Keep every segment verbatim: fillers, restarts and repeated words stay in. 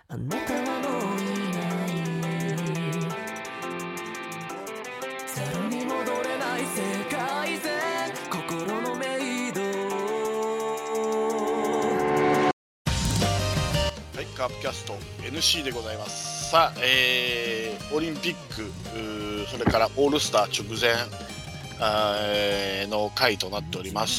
あなたはもういないゼロに戻れない世界線心のメイド。 はい、カープキャスト エヌシー でございます。さあ、えー、オリンピックそれからオールスター直前あーの回となっております。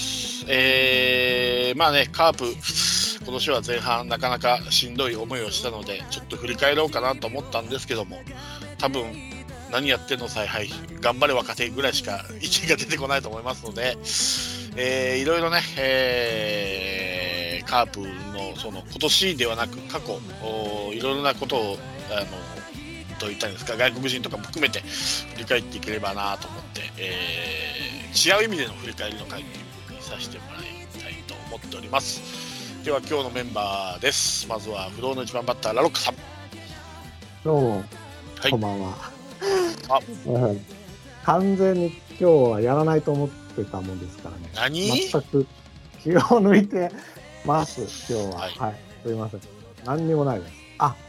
えー、まあね、カープ今年は前半なかなかしんどい思いをしたのでちょっと振り返ろうかなと思ったんですけども、多分何やってんの采配頑張れ若手ぐらいしか意見が出てこないと思いますので、えー、いろいろね、えー、カープのその今年ではなく過去いろいろなことをあのと言ったんですか、外国人とかも含めて振り返っていければなと思って、えー、違う意味での振り返りの回というふうにさせてもらいたいと思っております。では今日のメンバーです。まずは不動の一番バッターラロッカさん。 どうも、 はい、 こんばんは。 あ、 うん、完全に今日はやらないと思ってたもんですからね。 何？ 全く気を抜いてます今日は。 はい、 はい、すみません。何にもないです。あ、 はい、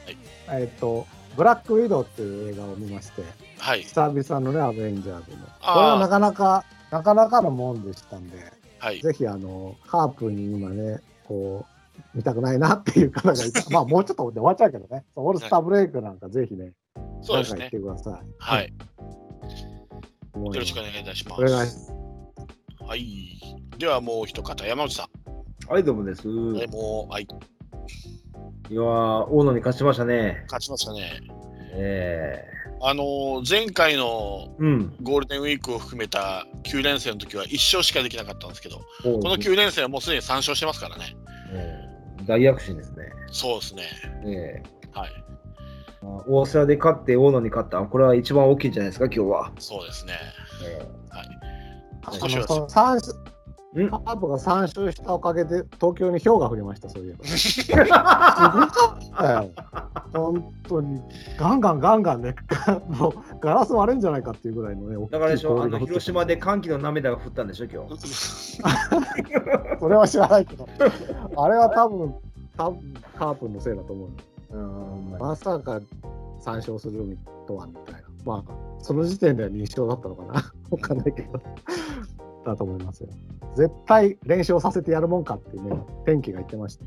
えっとブラックウィドウっていう映画を見まして、 はい、 久々のねアベンジャーズの。これはなかなかなかなかのもんでしたんで、はい、ぜひあのカープに今ねこう見たくないなっていう方がいたまあもうちょっとで終わっちゃうけどね、オールスターブレイクなんかぜひね、 そうですね、 言ってください。 はい、 よろしくお願いいたします。 お願いします。 はい、ではもう一方、山内さん。 はい、どうもです。 はい、もう、はい。 いやー、大野に勝ちましたね。 勝ちましたね。 えー、あのー、前回のゴールデンウィークを含めたきゅう連戦の時はいっ勝しかできなかったんですけど、うん、このきゅう連戦はもうすでにさん勝してますからね。 えー、大躍進ですね。 そうですね。 えー、はい。 大瀬良で勝って大野に勝った、これは一番大きいんじゃないですか、今日は。 そうですね。えー、はい。 あのそのさんカープがさん勝したおかげで東京に氷が降りました。そういえばすごかったよ本当にガンガンガンガンねもうガラス割れんじゃないかっていうぐらいのね。 だからでしょ、あの広島で歓喜の涙が降ったんでしょ今日それは知らないけどあれは多分多分カープのせいだと思う。うんまさかさん勝するとはみたいな、まあその時点ではに勝だったのかな分かんないけどだと思いますよ。絶対連勝させてやるもんかっていうね、天気が言ってました。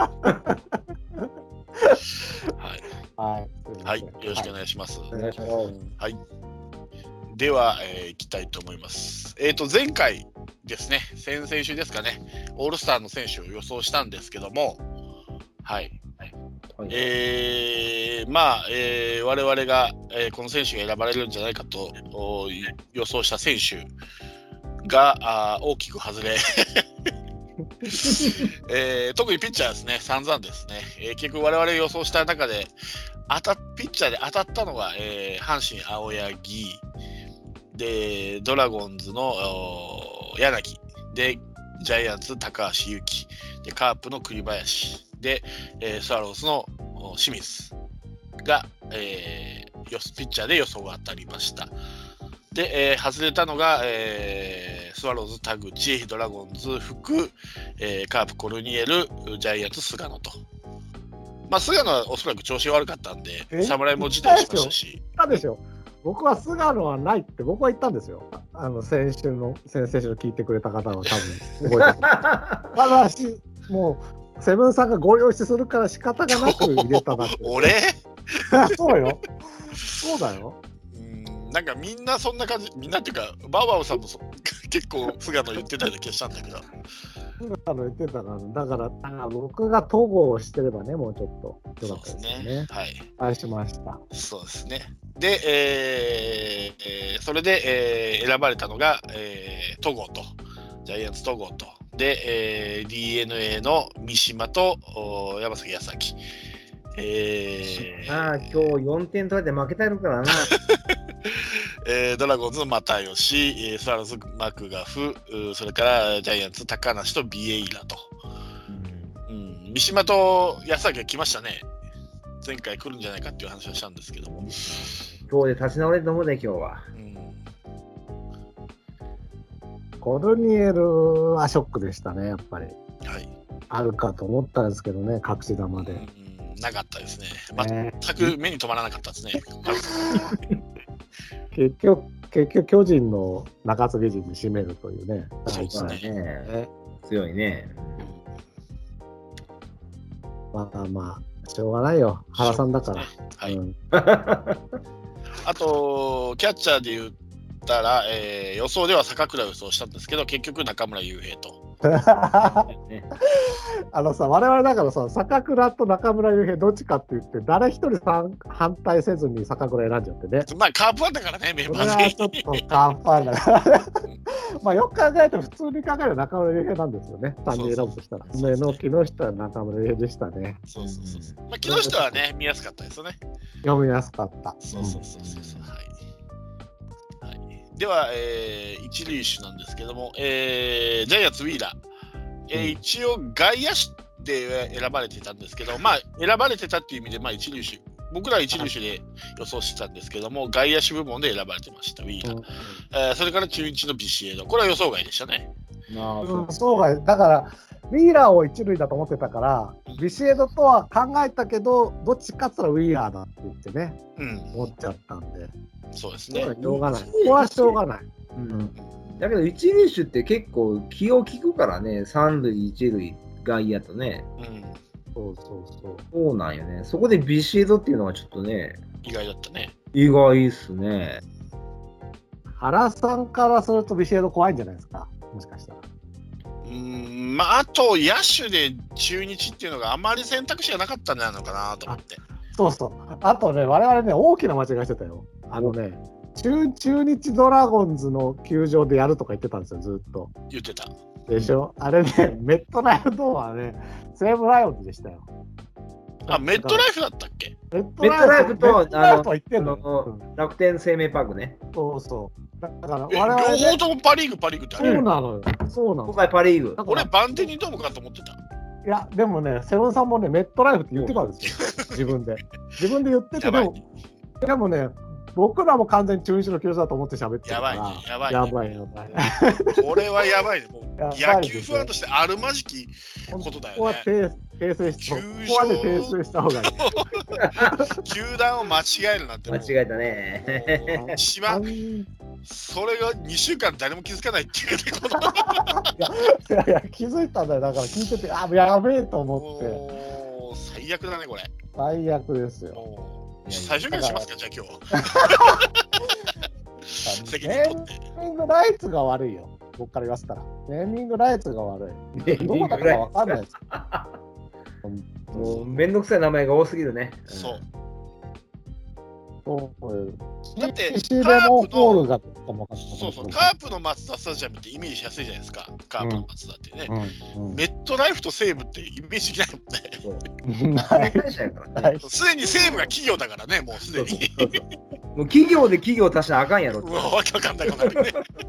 はい、 はい、 はい、よろしくお願いします。 はい、お願いします。 はい、では、えー、いきたいと思います。えっと前回ですね、先々週ですかね、オールスターの選手を予想したんですけども、はい。はい、えー、まあ、えー、我々が、えー、この選手が選ばれるんじゃないかと予想した選手があ大きく外れ、えー、特にピッチャーですね、散々ですね、えー、結局我々予想した中で当たピッチャーで当たったのが、えー、阪神青柳で、ドラゴンズの柳で、ジャイアンツ高橋優貴で、カープの栗林で、えー、スワローズの清水が、えー、ピッチャーで予想が当たりました。で、えー、外れたのが、えー、スワローズ田口、ドラゴンズ福、えー、カープコルニエル、ジャイアンツ菅野と。まあ菅野はおそらく調子悪かったんで侍も辞退しましたし。 言ったでしょ。僕は菅野はないって僕は言ったんですよ。あの先週の先々週聞いてくれた方は多分覚えてる。ただしもうセブンさんがご了承するから仕方がなく入れただけ。 俺そうよ。そうだよ。 うんなんかみんなそんな感じ、みんなっていうかバウアウさんも結構菅野言ってたような気がしたんだけど。 菅野言ってたから、だから僕が統合をしてればね、もうちょっとよかったですね。ね、 はい。 愛しました。 そうですね。で、えー、それで、えー、選ばれたのが、えー、戸郷とジャイアンツ戸郷とで、えー、ディーエヌエー の三島と山崎康晃。えー、 ああ今日よんてん取られて負けてるからな、 えー、ドラゴンズの又吉、スワローズマクガフ、それからジャイアンツ高梨とビエイラと、うんうん、三島と安崎が来ましたね。前回来るんじゃないかっていう話をしたんですけども、 今日で立ち直れると思うね今日は、うん、 コルニエルはショックでしたねやっぱり、 はい、 あるかと思ったんですけどね隠し球で、 うん、なかったですね。 ね全く目に留まらなかったですね。 結局、結局巨人の中継ぎ陣に占めるというね。 そうですね。 ね強いね。 まあまあ、しょうがないよ。原さんだから。 ね、はい。 うん、 あと、キャッチャーで言ったら、えー、予想では坂倉予想したんですけど、結局中村悠平と。 あのさ、我々だからさ、坂倉と中村悠平どっちかって言って、誰一人さん反対せずに坂倉選んじゃってね。 まあ、カープファンだからね、メンこれはバーちょっとカープファンだから。まあよく考えても普通に考える中村悠平なんですよね。単純に選ぶとしたら。目の木下は中村悠平でしたね。 そうそうそうそう。まあ、木下はね、見やすかったですよね。 読みやすかった。 そうそうそうそうそう。はい。はい、では、えー、一塁手なんですけども、えー、ジャイアンツウィーラー。えー、一応外野手で選ばれてたんですけど、まあ選ばれてたっていう意味で、まあ一塁手、僕らは一塁手で予想してたんですけども、外野手部門で選ばれてました、ウィーラー。うん、えー、それから中日のビシエド、これは予想外でしたね。 ああ、そう、予想外、だから、ウィーラーを一塁だと思ってたから、ビシエドとは考えたけど、どっちかって言ったらウィーラーだって言ってね、うん、思っちゃったんで。 そうですね。 しょうがない。ここはしょうがない。うん、 だけど一塁手って結構気を利くからね、三塁一塁外野とね、うん、 そうそうそう。 そうなんよね。そこでビシエドっていうのはちょっとね、 意外だったね。 意外っすね。 原さんからするとビシエド怖いんじゃないですか、もしかしたら。 うーん、まああと野手で中日っていうのがあまり選択肢がなかったんじゃないのかなと思って。 そうそう。あとね、我々ね、大きな間違いしてたよ。あのね、中, 中日ドラゴンズの球場でやるとか言ってたんですよ、ずっと。 言ってた。 でしょ、あれね、メットライフドームはね、西武ライオンズでしたよ。 あ、メットライフだったっけ？ メットライフと、あの、 言ってんの、 楽天生命パークね。 そうそう。だから、 我々、ね、両方ともパリーグ、パリーグってあれ。 そうなのよ。そうなの。 今回パリーグ。 俺、バンテリンドームかと思ってた。 いや、でもね、セロンさんもね、メットライフって言ってたんですよ。自分で。自分で言ってて、でも、でもね、僕らも完全に中日の球場だと思って喋ってるから。 やばいね、やばい、ね。 やばい、やばい。これはやばいね。もう野球ファンとしてあるまじきことだよね。 ここは訂正し、ここはね、訂正した方がいい。 球団を間違えるなんて。 間違えたね。 一番、それがにしゅうかん誰も気づかないっていうね、このいやいや、気づいたんだよ。だから聞いてて、あ、やべえと思って。 もう最悪だね、これ。 最悪ですよ。 最初からしますか、じゃあ今日。責任取って。 ネーミングライツが悪いよ。僕から言わせたら。ネーミングライツが悪い。どこだかわかんないです。 もうめんどくさい名前が多すぎるね。 そう。 そうだってカープのがそうそうカープのマツダスタジアムってイメージしやすいじゃないですか。カープのマツダってね、うんうん、メットライフと西武ってイメージできないもんね。すでに西武が企業だからね、もうすでに。 もう企業で企業足したらあかんやろって。 うわ、わけわかんないからね。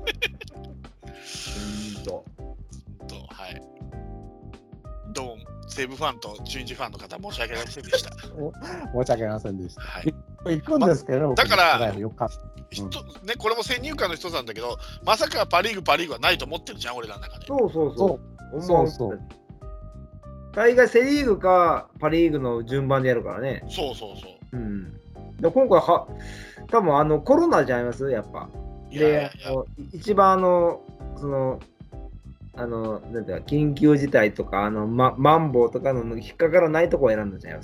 うんと、 はい。どうも西武ファンと中日ファンの方申し訳ありませんでした。 申し訳ありませんでした。 はい。 行くんですけど、 ま、だから、 よかうんね、これも先入観の一つなんだけど、まさかパ・リーグ、パ・リーグはないと思ってるじゃん、俺らの中で。 そうそうそう。 そうそう。 大概セ・リーグかパ・リーグの順番でやるからね。 そうそうそう。 うん、で今回は、多分あのコロナじゃいます、やっぱ。 いやいやいやで、一番あの、その、あの、なんていうか、緊急事態とか、あの、ま、マンボウとかの引っかからないとこを選んだじゃいます。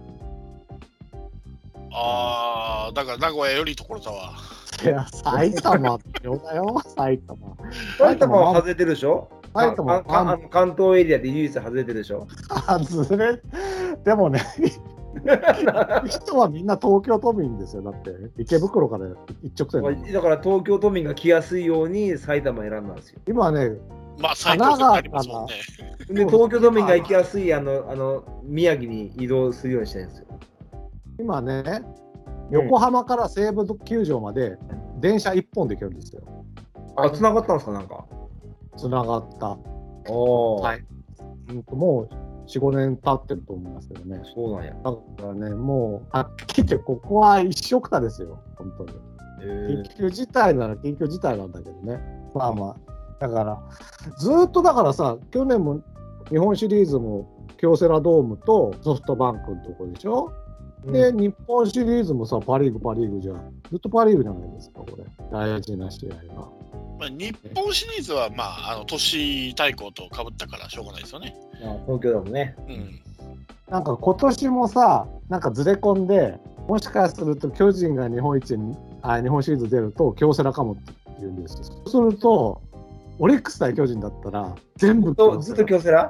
ああ、だから名古屋より所沢。 いや、埼玉ってよだよ、埼玉。 埼玉は外れてるでしょ。 埼玉は関東エリアで唯一外れてるでしょ。 外れ、でもね、人はみんな東京都民ですよ。だって池袋から一直線。 だから東京都民が来やすいように埼玉選んだんですよ。 今ね、 まあ最高線ありますもんね。 で東京都民が行きやすいあのあの宮城に移動するようにしてるんですよ。 今ね、横浜から西武球場まで電車一本で行けるんですよ。 あ、繋がったんですか、なんか。 繋がった。 おー。 はい。もうよん、ごねん経ってると思いますけどね。 そうなんや。 だからね、もう、はっきり言って、ここは一緒くたですよ、本当に。緊急事態なら緊急事態なんだけどね。まあまあ。だから、ずっとだからさ、去年も日本シリーズも京セラドームとソフトバンクのとこでしょ、うん、で日本シリーズもさパ・リーグパ・リーグじゃずっとパ・リーグじゃないですかこれ大事な試合が。 まあ、日本シリーズは、まあ、あの都市対抗とかぶったからしょうがないですよね。 まあ、東京だもんね、 うん、 なんか今年もさなんかずれ込んでもしかすると巨人が日本一にあ日本シリーズ出ると京セラかもって言うんですよ。そうするとオリックス対巨人だったら全部ずっと京セラ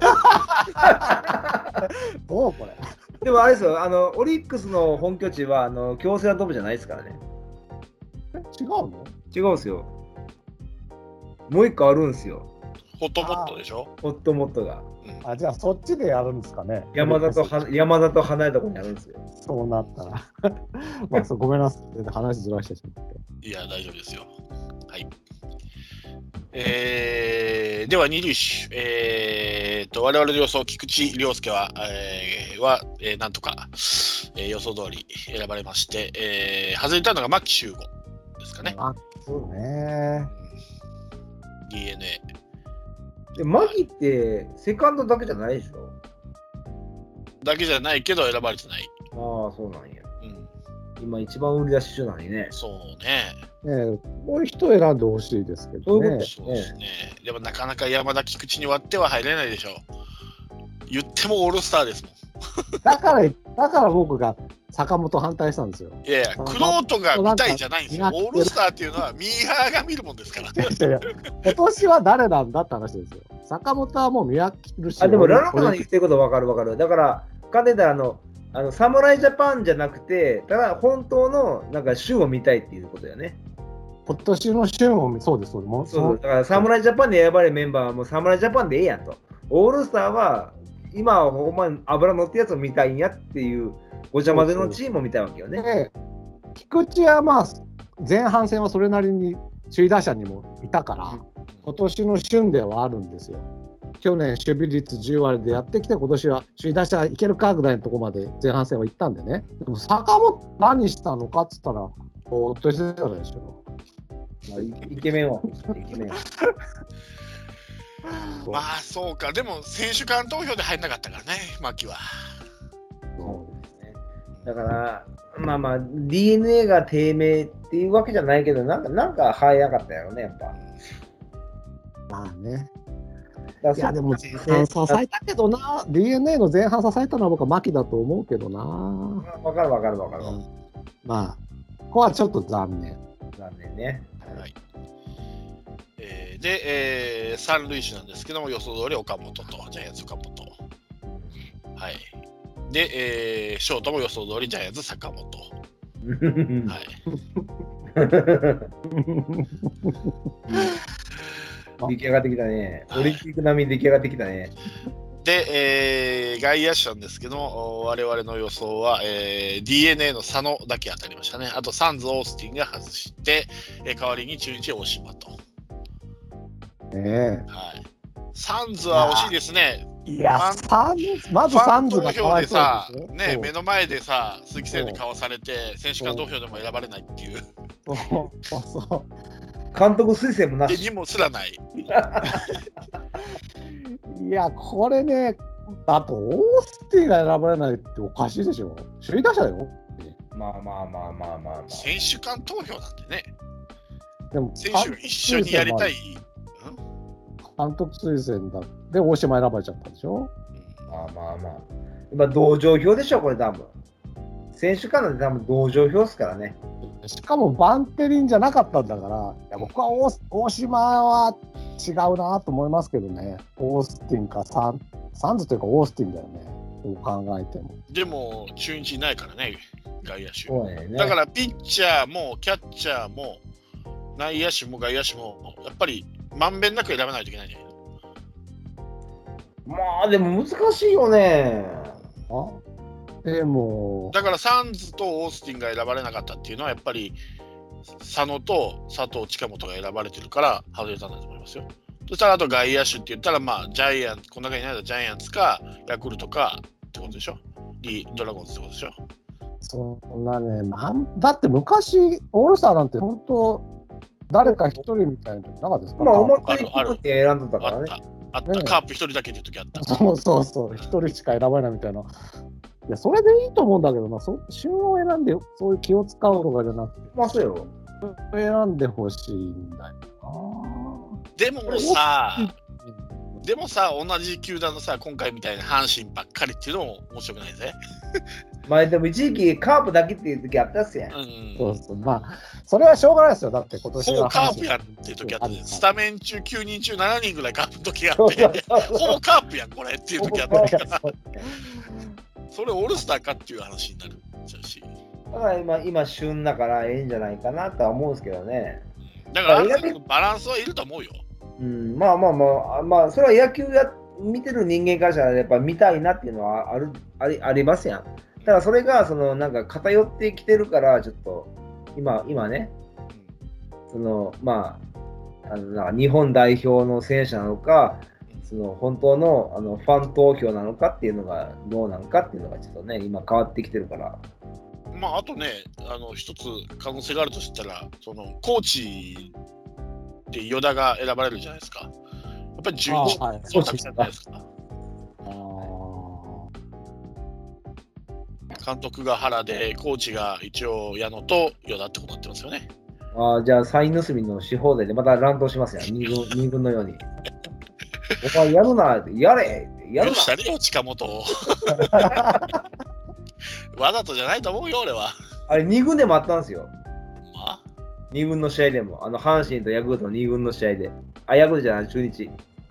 どうこれでもあれですよ、あのオリックスの本拠地はあの京セラドームじゃないですからね。 え違うの？ 違うんですよ。もう一個あるんですよ。 ホットモットでしょ？ ホットモットが。 あ、じゃあそっちでやるんですかね。 山田とは山田と離れたところにあるんですよ。 そうなったら。まあそうごめんなさい。話ずらしてしまって。 いや、大丈夫ですよ。はい。えー、では、二塁手。えー、と、我々の予想、菊池涼介は、えー、は、えー、なんとか、えー、予想通り選ばれまして、えー、外れたのが牧秀悟ですかね。 あ、そうね。 ディーエヌエー。 で、牧ってセカンドだけじゃないでしょ？ だけじゃないけど選ばれてない。 ああ、そうなんや。 うん、 今一番売り出し中なのにね。 そうね。 ねえ、もう一選んでほしいですけどね。 そうですね。でもなかなか山田菊池に割っては入れないでしょう。言ってもオールスターですもん。 だから、だから僕が坂本反対したんですよ。 いやいや、クロートが見たいじゃないんですよ。オールスターっていうのはミーハーが見るもんですからね。 今年は誰なんだって話ですよ。坂本はもう見飽きるし。 あ、でもララコさん言ってること分かる分かる。だから、かねだあの、あの侍ジャパンじゃなくて、ただ本当のなんか週を見たいっていうことだよね。 今年の旬を見そうです、そうです。 そうだから侍ジャパンで選ばれるメンバーはもう侍ジャパンでええやんと。オールスターは今はほんまに油乗ってやつを見たいんやっていうごちゃ混ぜのチームを見たいわけよね。 で菊池はまあ前半戦はそれなりに首位打者にもいたから、今年の旬ではあるんですよ。去年守備率じゅう割でやってきて、今年は首位打者いけるかぐらいのところまで前半戦は行ったんでね。でも坂本何したのかっつったらぼーっとしてたでしょ。 まあ、イケメンはイケメンはまあそうか。でも選手間投票で入んなかったからね、牧は。 そうですね。だからまあまあ ディーエヌエー が低迷っていうわけじゃないけど、なんかなんか入らなかったよね、やっぱ。 まあね。 いやでも前半支えたけどな、 ディーエヌエー の前半支えたのは僕は牧だと思うけどな。 わかるわかるわかる、うん、 まあここはちょっと残念残念ね。 はい。えー、で、えー、三塁手なんですけども、予想通り岡本とジャイアンツ岡本。はい。で、えー、ショートも予想通りジャイアンツ坂本。はい。 出来上がってきたね。オリンピック並みに出来上がってきたね。 で、えー、外野手なんですけども、我々の予想は、えー、ディーエヌエー の佐野だけ当たりましたね。あとサンズ・オースティンが外して、えー、代わりに中日大島と。 ねえ、 はい、サンズは惜しいですね。 いや、サンズ、まずサンズがかわいそうでさ、ね、目の前でさ、鈴木誠也にかわされて、選手間投票でも選ばれないっていう。 そうそう。 監督推薦もなし。 にもすらない。 いや、これね、あとオースティが選ばれないっておかしいでしょ。首位打者だよ。 まあまあまあまあまあまあ。 選手間投票なんてね。 でも選手一緒にやりたい。 監督推薦だ。で、大島選ばれちゃったでしょ。 まあまあまあ。今、同情票でしょ、これ多分。選手間なんて多分同情票ですからね。 しかもバンテリンじゃなかったんだから、いや僕は大、大島は違うなと思いますけどね。オースティンかサン、サンズというかオースティンだよね。こう考えても。 でも中日いないからね、外野手。 そうね、 だからピッチャーもキャッチャーも内野手も外野手もやっぱりまんべんなく選ばないといけないんじゃないの？ まあでも難しいよね。 あでもだからサンズとオースティンが選ばれなかったっていうのはやっぱり佐野と佐藤近本が選ばれてるから外れたんだと思いますよ。そしたらあと外野手って言ったらまあジャイアンツ、この中にないとジャイアンツかヤクルトかってことでしょ。リドラゴンズってことでしょ。 そんなね、なんだって昔オールスターなんて本当誰か一人みたいなのなかったですか？ まあ思ったより選んでたからね。 あったあった、 ね、 カープ一人だけっていう時あった。 そうそうそう、一人しか選ばないみたいな。いや、それでいいと思うんだけどな、そ旬を選んで、そういう気を使うとかじゃなくて、 まあそうよ。 選んでほしいんだよな。 でもさ、でもさ、同じ球団のさ、今回みたいな阪神ばっかりっていうのも面白くないぜ。 まあでも一時期カープだけっていう時あったっすやん。 うん、 そうそう、まあ、それはしょうがないですよ。だって今年は。 ほぼカープやっていう時あって、スタメン中きゅうにん中しちにんぐらいカープの時があって、ほぼカープやん、これっていう時あったから、それオールスターかっていう話になるし。 だから今、今旬だからええんじゃないかなとは思うんですけどね。 だから、バランスはいると思うよ。 うん、まあまあまあ、まあ、それは野球や見てる人間からしたらやっぱ見たいなっていうのはあるありありますやん。だからそれがそのなんか偏ってきてるからちょっと今今ね、そのまああのなんか日本代表の選手なのか、その本当のあのファン投票なのかっていうのがどうなのかっていうのがちょっとね今変わってきてるから。 まああとね、あの一つ可能性があるとしたら、そのコーチで与田が選ばれるじゃないですか。やっぱりじゅういちそうじゃないですか。監督が原で、コーチが一応矢野と与田ってことになってますよね。 ああ、じゃあサイン盗みのし放題でまた乱闘しますよ、に軍, に軍のように。お前やるな、やれ、やるな。 許したれよ、近本を。わざとじゃないと思うよ、俺は。 あれ、に軍でもあったんですよ。 まあに軍の試合でも、あの阪神とヤクルトのに軍の試合で。あ、ヤクルトじゃない、中日。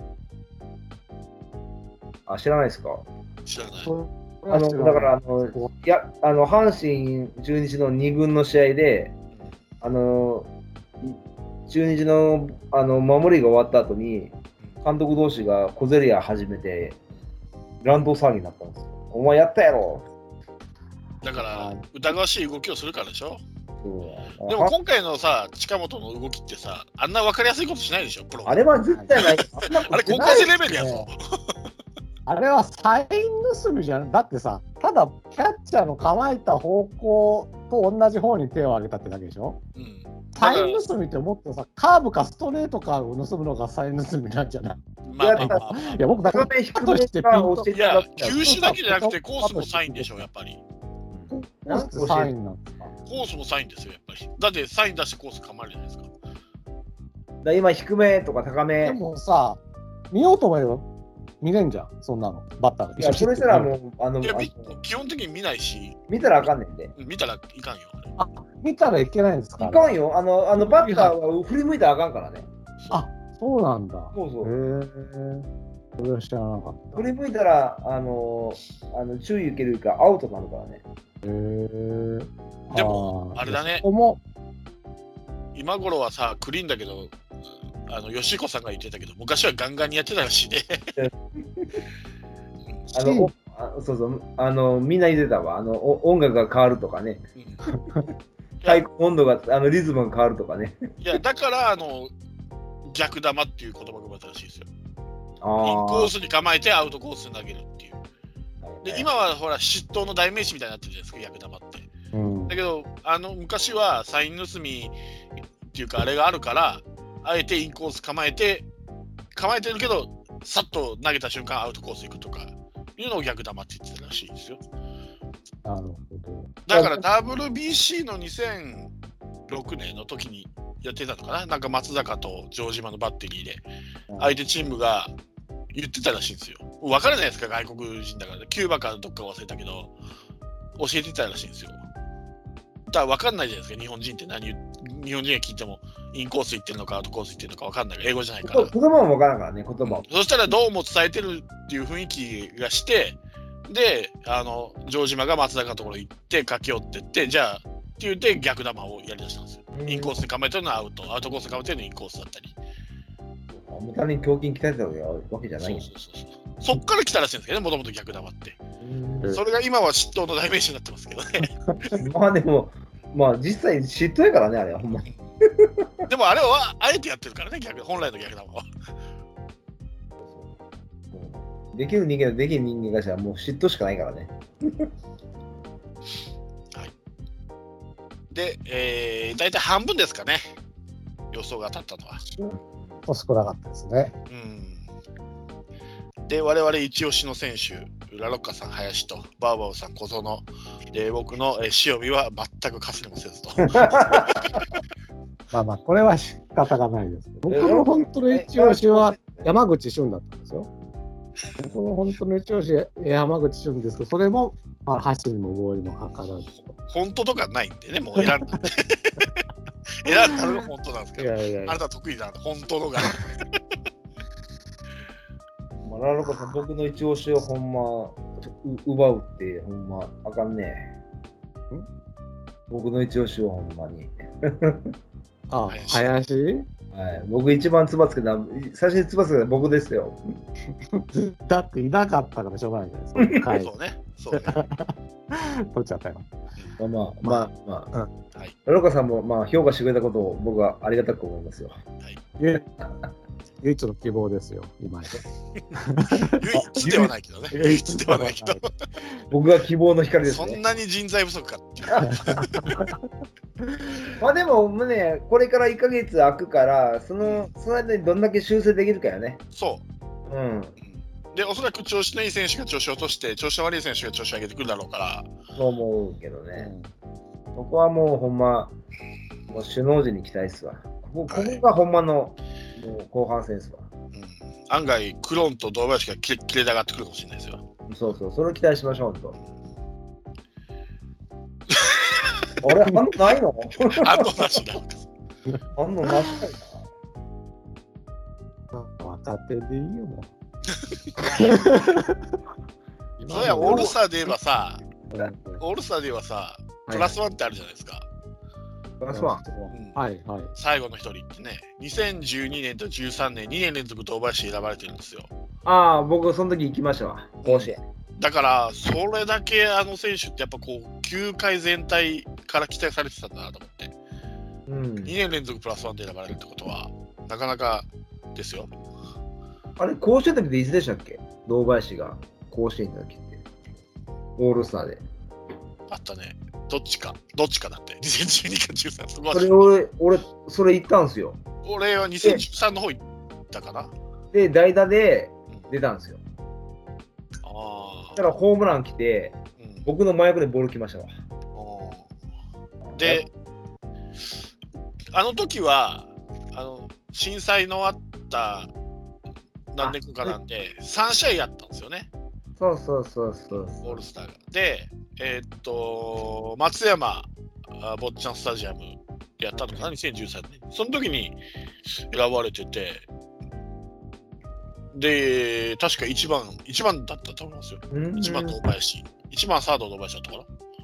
あ、知らないですか？ 知らない。 あのだからあの、いや、あの阪神、中日のに軍の試合で、あの中日のあの守りが終わった後に、監督同士が小競り合い始めて、乱闘騒ぎになったんですよ。お前やったやろ。 だから、疑わしい動きをするからでしょ。 そうでも今回のさ、近本の動きってさ、あんな分かりやすいことしないでしょ、プロ。 あれは絶対ない。 あれ、高校生レベルやぞ。 あれはサイン盗みじゃん。だってさ、ただキャッチャーの構えた方向と同じ方に手を挙げたってだけでしょ。うん、サイン盗みってもっとさ、カーブかストレートかを盗むのがサイン盗みなんじゃない？ まあまあまあ、 いや、僕だから低めしてピンと。 いや、球種だけじゃなくてコースもサインでしょ、やっぱり。 コースってサインなんですか？ コースもサインですよ、やっぱり。だってサイン出してコース構えるじゃないですか。 だ今、低めとか高め。 でもさ、見ようと思えば見れんじゃん、そんなの、バッターが。 いや、それしたらもう、あの、 いや基本的に見ないし。 見たらあかんねんで。 見たらいかんよ。 あ、見たらいけないんですか？ いかんよ。あの、あのバッターは振り向いたらあかんからね。 あ、そうなんだ。 そうそう。 へえ。それは知らなかった。 振り向いたら、あの、あの注意受けるか、アウトになるからね。 へえ。 でも、あれだね。今頃はさ、クリーンだけど、あの吉子さんが言ってたけど、昔はガンガンにやってたらしいね。 あのあそうそうあの、みんな言ってたわ、あのお音楽が変わるとかね、太鼓温度があのリズムが変わるとかね。 いや、だからあの逆球っていう言葉が生まれたらしいですよ。 あインコースに構えてアウトコースに投げるっていう。で今はほら、失投の代名詞みたいになってるじゃないですか、逆球って。うん、だけど、あの昔はサイン盗みっていうか、あれがあるから、あえてインコース構えて、構えてるけど、さっと投げた瞬間アウトコース行くとかいうのを逆球って言ってたらしいですよ。 なるほど。 だから ダブリュービーシー のにせんろくねんの時にやってたのかな、なんか松坂と城島のバッテリーで、相手チームが言ってたらしいんですよ。分からないですか、外国人だから、キューバかどっか忘れたけど、教えてたらしいんですよ。だから分かんないじゃないですか、日本人って何、日本人が聞いても、インコース行ってるのか、アウトコース行ってるのか分かんない、英語じゃないから。 言葉も分からんからね、言葉も。 そしたらどうも伝えてるっていう雰囲気がして、で、あの、城島が松坂のところ行って、駆け寄ってって、じゃあ、って言って逆球をやりだしたんですよ。インコースで構えてるのはアウト、アウトコースで構えてるのはインコースだったり。 無駄に胸筋鍛えてたわけじゃない。 そうそうそうそう。そっから来たらしいんですけどね、もともと逆球って。それが今は嫉妬の代名詞になってますけどね。 まあでも、まあ実際嫉妬やからね、あれはほんまに。 でもあれはあえてやってるからね、逆本来の逆球は。 できる人間とできる人間がしたらもう嫉妬しかないからね。 はい。で、えー、大体半分ですかね、予想が当たったのは。 少なかったですね。 うん。 で我々一押しの選手ラロッカさん林とバーバオさん小園で僕の、えー、塩見は全くかすりもせずとまあまあこれは仕方がないですけど、僕の本当の一押しは山口俊だったんですよ。僕の本当の一押し山口俊ですけど、それも、まあ、走りもボールも図らず本当とかないんでね、もう選んだ選んだのが本当なんですけど、いやいやいや、あなた得意なんで本当のがまあ、ラロカさん、僕の一押しをほんま奪うってほんまあかんね。ん僕の一押しをほんまにあ、林はい、僕一番つばつけた、最初につばつけた僕ですよ。 だっていなかったからしょうがないじゃないですか。はい、 そうね、そうね。 取っちゃったよ。 まあまあまあ、まあ、はい。ラロカさんもまあ評価してくれたことを僕はありがたく思いますよ。はい。 唯一の希望ですよ、今で。 唯一ではないけどね。唯一ではないけど。 僕が希望の光ですね。 そんなに人材不足かっていう。 まあでもね、これからいっかげつ空くから、その、その間にどんだけ修正できるかよね。 そう。うん。で、おそらく調子のいい選手が調子を落として、調子の悪い選手が調子を上げてくるだろうから。 そう思うけどね。ここはもうほんま、もう首脳陣に期待っすわ。ここがほんまの、もう後半戦っすわ。 うん、案外、クローンと堂林が切れ切れ上がってくるかもしれないですよ。 そうそう、それを期待しましょうと。あれ、反応ないの？ 反応なしだ。 反応なしかいな。若手でいいよ、もう。 それはオールスターで言えばさ、オールスターで言えばさ、プラスワンってあるじゃないですか。 プラスワン、 うん、はいはい。 最後の一人ってね、にせんじゅうにねんとじゅうさんねん、にねん連続堂林選ばれてるんですよ。 ああ、僕その時行きましたわ、甲子園。 だから、それだけあの選手ってやっぱこう、球界全体から期待されてたんだなと思って。うん、にねん連続プラスワンで選ばれるってことは、なかなかですよ。 あれ、甲子園の時でいつでしたっけ？堂林が甲子園の時って。オールスターで。 あったね。どっちか、どっちかだって。にせんじゅうにかじゅうさん、そこは。 それ俺、俺、それ行ったんすよ。 俺はにせんじゅうさんの方行ったかな。 で、代打で出たんですよ。 うん、ああ。 だからホームラン来て、うん、僕の真横でボール来ましたわ。 で、あの時は、あの震災のあった何年かなんで、さんしあいやったんですよね。 そうそうそうそう。 オールスターが。で、えー、っと、松山坊ちゃんスタジアムでやったのかな、にせんじゅうさんねん。その時に選ばれてて、で、確かいちばん、いちばんだったと思いますよ。いちばん堂林。いちばんサード堂林だったかな。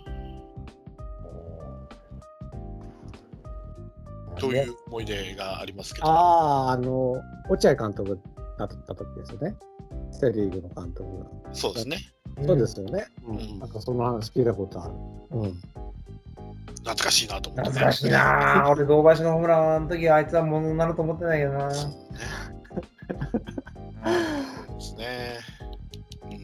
という思い出がありますけど。 ああ、あの、落合監督だった時ですよね。セ・リーグの監督が。 そうですね。 そうですよね。うん、なんかその話聞いたことある。うん。 懐かしいなと思って、ね。 懐かしいな。俺、堂林のホームランの時はあいつはものになると思ってないけどな。 そうですね。うん。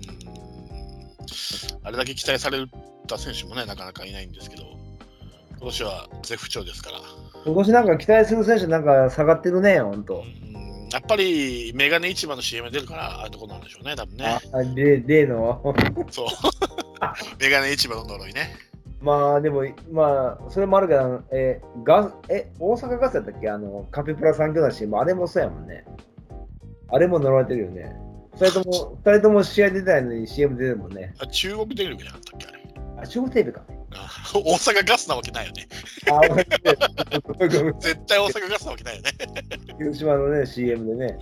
あれだけ期待された選手もね、なかなかいないんですけど、今年は絶不調ですから。 今年なんか期待する選手なんか下がってるね、ほんと。 やっぱりメガネ市場の シーエム 出るからああいうとこなんでしょうね、多分ね。 あ、例例の。 そう。メガネ市場の呪いね。 まあでも、まあ、それもあるけど、え、ガえ大阪ガスやったっけ、あの、カピプラ三兄弟の シーエム、あれもそうやもんね。あれも呪われてるよね。ふたりとも、二人とも試合出てないのに シーエム 出てるもんね。 あ、中国電力じゃなかったっけ、あれ。 あ、中国テレビか。 大阪ガスなわけないよね。あ絶対大阪ガスなわけないよね。 広島のね、シーエム でね。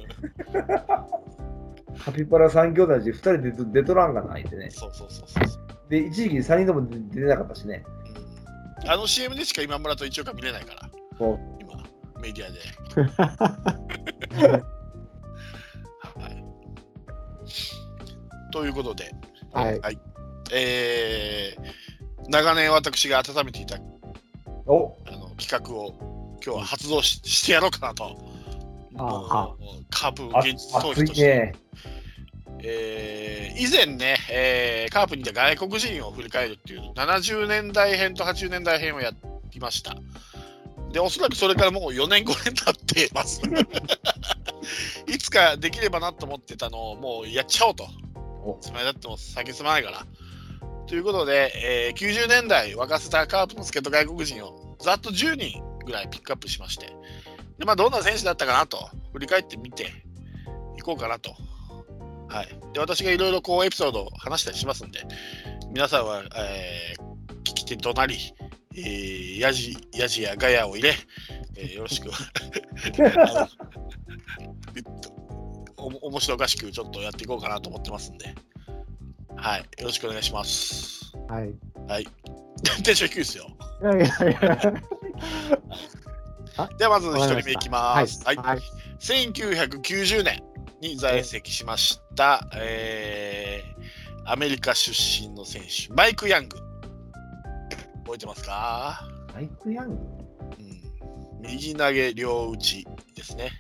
カピバラ三兄弟でふたりで出とらんがないってね。 そうそうそうそう。で、 一時期さんにんとも出てなかったしね。 うん、あの シーエム でしか今村と一応か見れないから。今、メディアで。はい、ということで、 はい。 はい、えー長年私が温めていたおあの企画を今日は発動 し, してやろうかなと。 ああカープ現実逃避として、 ねえー、以前ね、えー、カープにいた外国人を振り返るっていうななじゅうねんだい編とはちじゅうねんだい編をやりました。で、おそらくそれからもうよねんごねん経ってます。 いつかできればなと思ってたのをもうやっちゃおうと。つまりだってもう先進まないから。ということで、えー、きゅうじゅうねんだい沸かせたカープの助っ人外国人をざっとじゅうにんぐらいピックアップしまして、でまあ、どんな選手だったかなと振り返ってみていこうかなと。はい、で私がいろいろこうエピソードを話したりしますんで、皆さんは、えー、聞き手となり、えー、ヤジヤジやガヤを入れ、えー、よろしくお面白おかしくちょっとやっていこうかなと思ってますんで、はい、よろしくお願いします。 はい。 はい。テンション低いですよ。 いやいやいや。 ではまずひとりめいきます。はい。 はい、 せんきゅうひゃくきゅうじゅうねんに在籍しました、えー、アメリカ出身の選手、マイク・ヤング。覚えてますか？ マイク・ヤング、うん、 右投げ両打ちですね。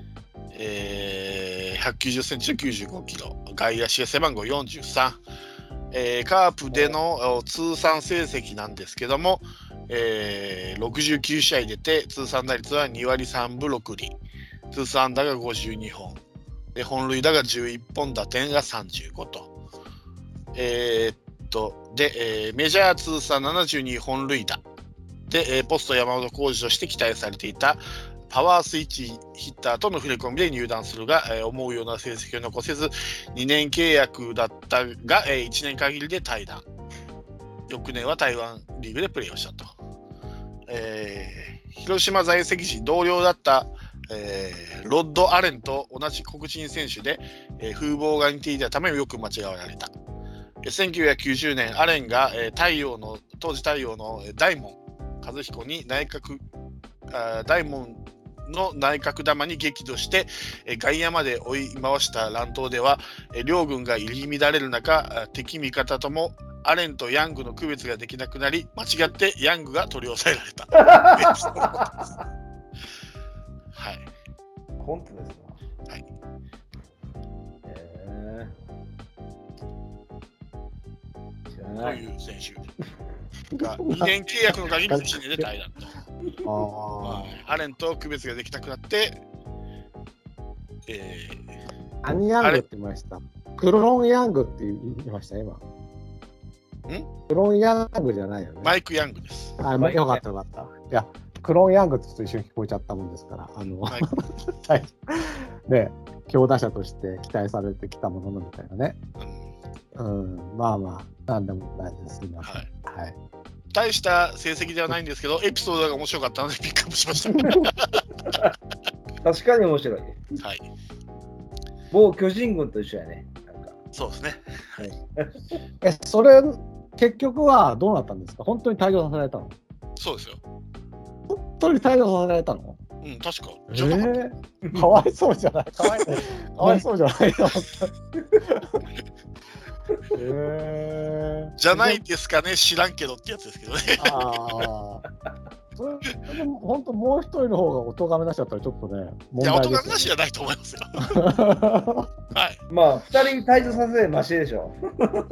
えー、ひゃくきゅうじゅっセンチのきゅうじゅうごキロ、外野手背番号よんじゅうさん、えー、カープでの通算成績なんですけども、えー、ろくじゅうきゅうしあい出て通算打率はにわりさんぶろくり、通算安打がごじゅうにほんで、本塁打がじゅういっぽん、打点がさんじゅうごと、えー、っとで、えー、メジャー通算ななじゅうにほんるいだで、えー、ポスト山本浩二として期待されていたパワースイッチヒッターとの触れ込みで入団するが、えー、思うような成績を残せずにねん契約だったが、えー、いちねん限りで退団。翌年は台湾リーグでプレーをしたと。えー、広島在籍時同僚だった、えー、ロッド・アレンと同じ黒人選手で、えー、風貌が似ていたためよく間違われた。えー、せんきゅうひゃくきゅうじゅうねんアレンが、えー、太陽の当時太陽の大門和彦に内角あ大門の内角球に激怒して、えー、外野まで追い回した乱闘では、えー、両軍が入り乱れる中、敵味方ともアレンとヤングの区別ができなくなり、間違ってヤングが取り押さえられた。はい。 本当ですか？ はい。 えー、知らとない。 いう選手がにねん契約の限りいちねんで退団と。 あアレンと区別ができなくなって、えー、アニヤングって言いました。クロンヤングって言いました今。 んクロンヤングじゃないよね。 マイク・ヤングです。 あ、よかったよかった。いや、クロンヤングと一緒に聞こえちゃったもんですから、あの、はい、ね、強打者として期待されてきたものみたいなね。うん、うん、まあまあ、なんでもないです。すみません。はい。はい、 大した成績ではないんですけど、エピソードが面白かったのでピックアップしました。 確かに面白い。 はい。 某巨人軍と一緒やね。 そうですね。 はい、 え、それ、結局はどうなったんですか？本当に退場させられたの？ そうですよ。 本当に退場させられたの？ うん、確か。 えー、かわいそうじゃない。かわいそう、かわいそうじゃない。えー、 じゃないですかね、知らんけどってやつですけどね。 ああ。それでも本当もう一人の方がお咎めなしだったらちょっとね、 問題ですよね。いや、お咎めなしじゃないと思いますよ。はい。 まあ、ふたり退場させてマシでしょ。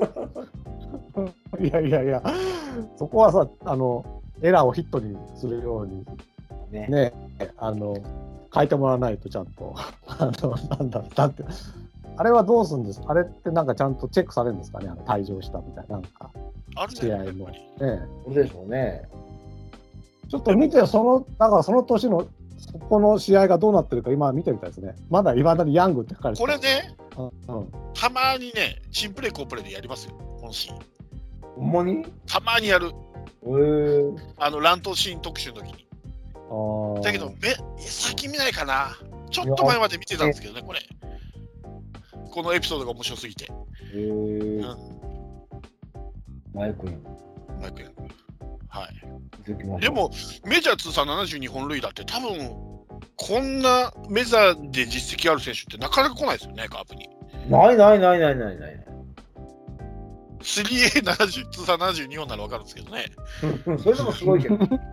いやいやいや、そこはさ、あの、エラーをヒットにするように、ね、ねあの、変えてもらわないとちゃんと、あの、なんだ、だって、あれはどうするんですか？あれってなんかちゃんとチェックされるんですかね？あの退場したみたいな、なんか、 ある試合も。ね、 そうでしょうね。 ちょっと見て、その、だからその年の、そこの試合がどうなってるか今見てみたいですね。まだいまだにヤングって書かれてる。 これね、 うんうん、 たまにね、チンプレー、コープレーでやりますよ、このシーン。 ほんまに？ たまにやる。 へー、 あの、乱闘シーン特集の時に。 あだけど、め最近見ないかな。ちょっと前まで見てたんですけどね、これ。このエピソードが面白すぎて。へー、うん、マイクヤング。 マイクヤング。はい。 でも、メジャー通算ななじゅうにほんるいだって、多分こんなメジャーで実績ある選手ってなかなか来ないですよね、カープに。 ないないないないないない。 スリーエーななじゅう 通算ななじゅうにほんなら分かるんですけどね。 それでもすごいけど。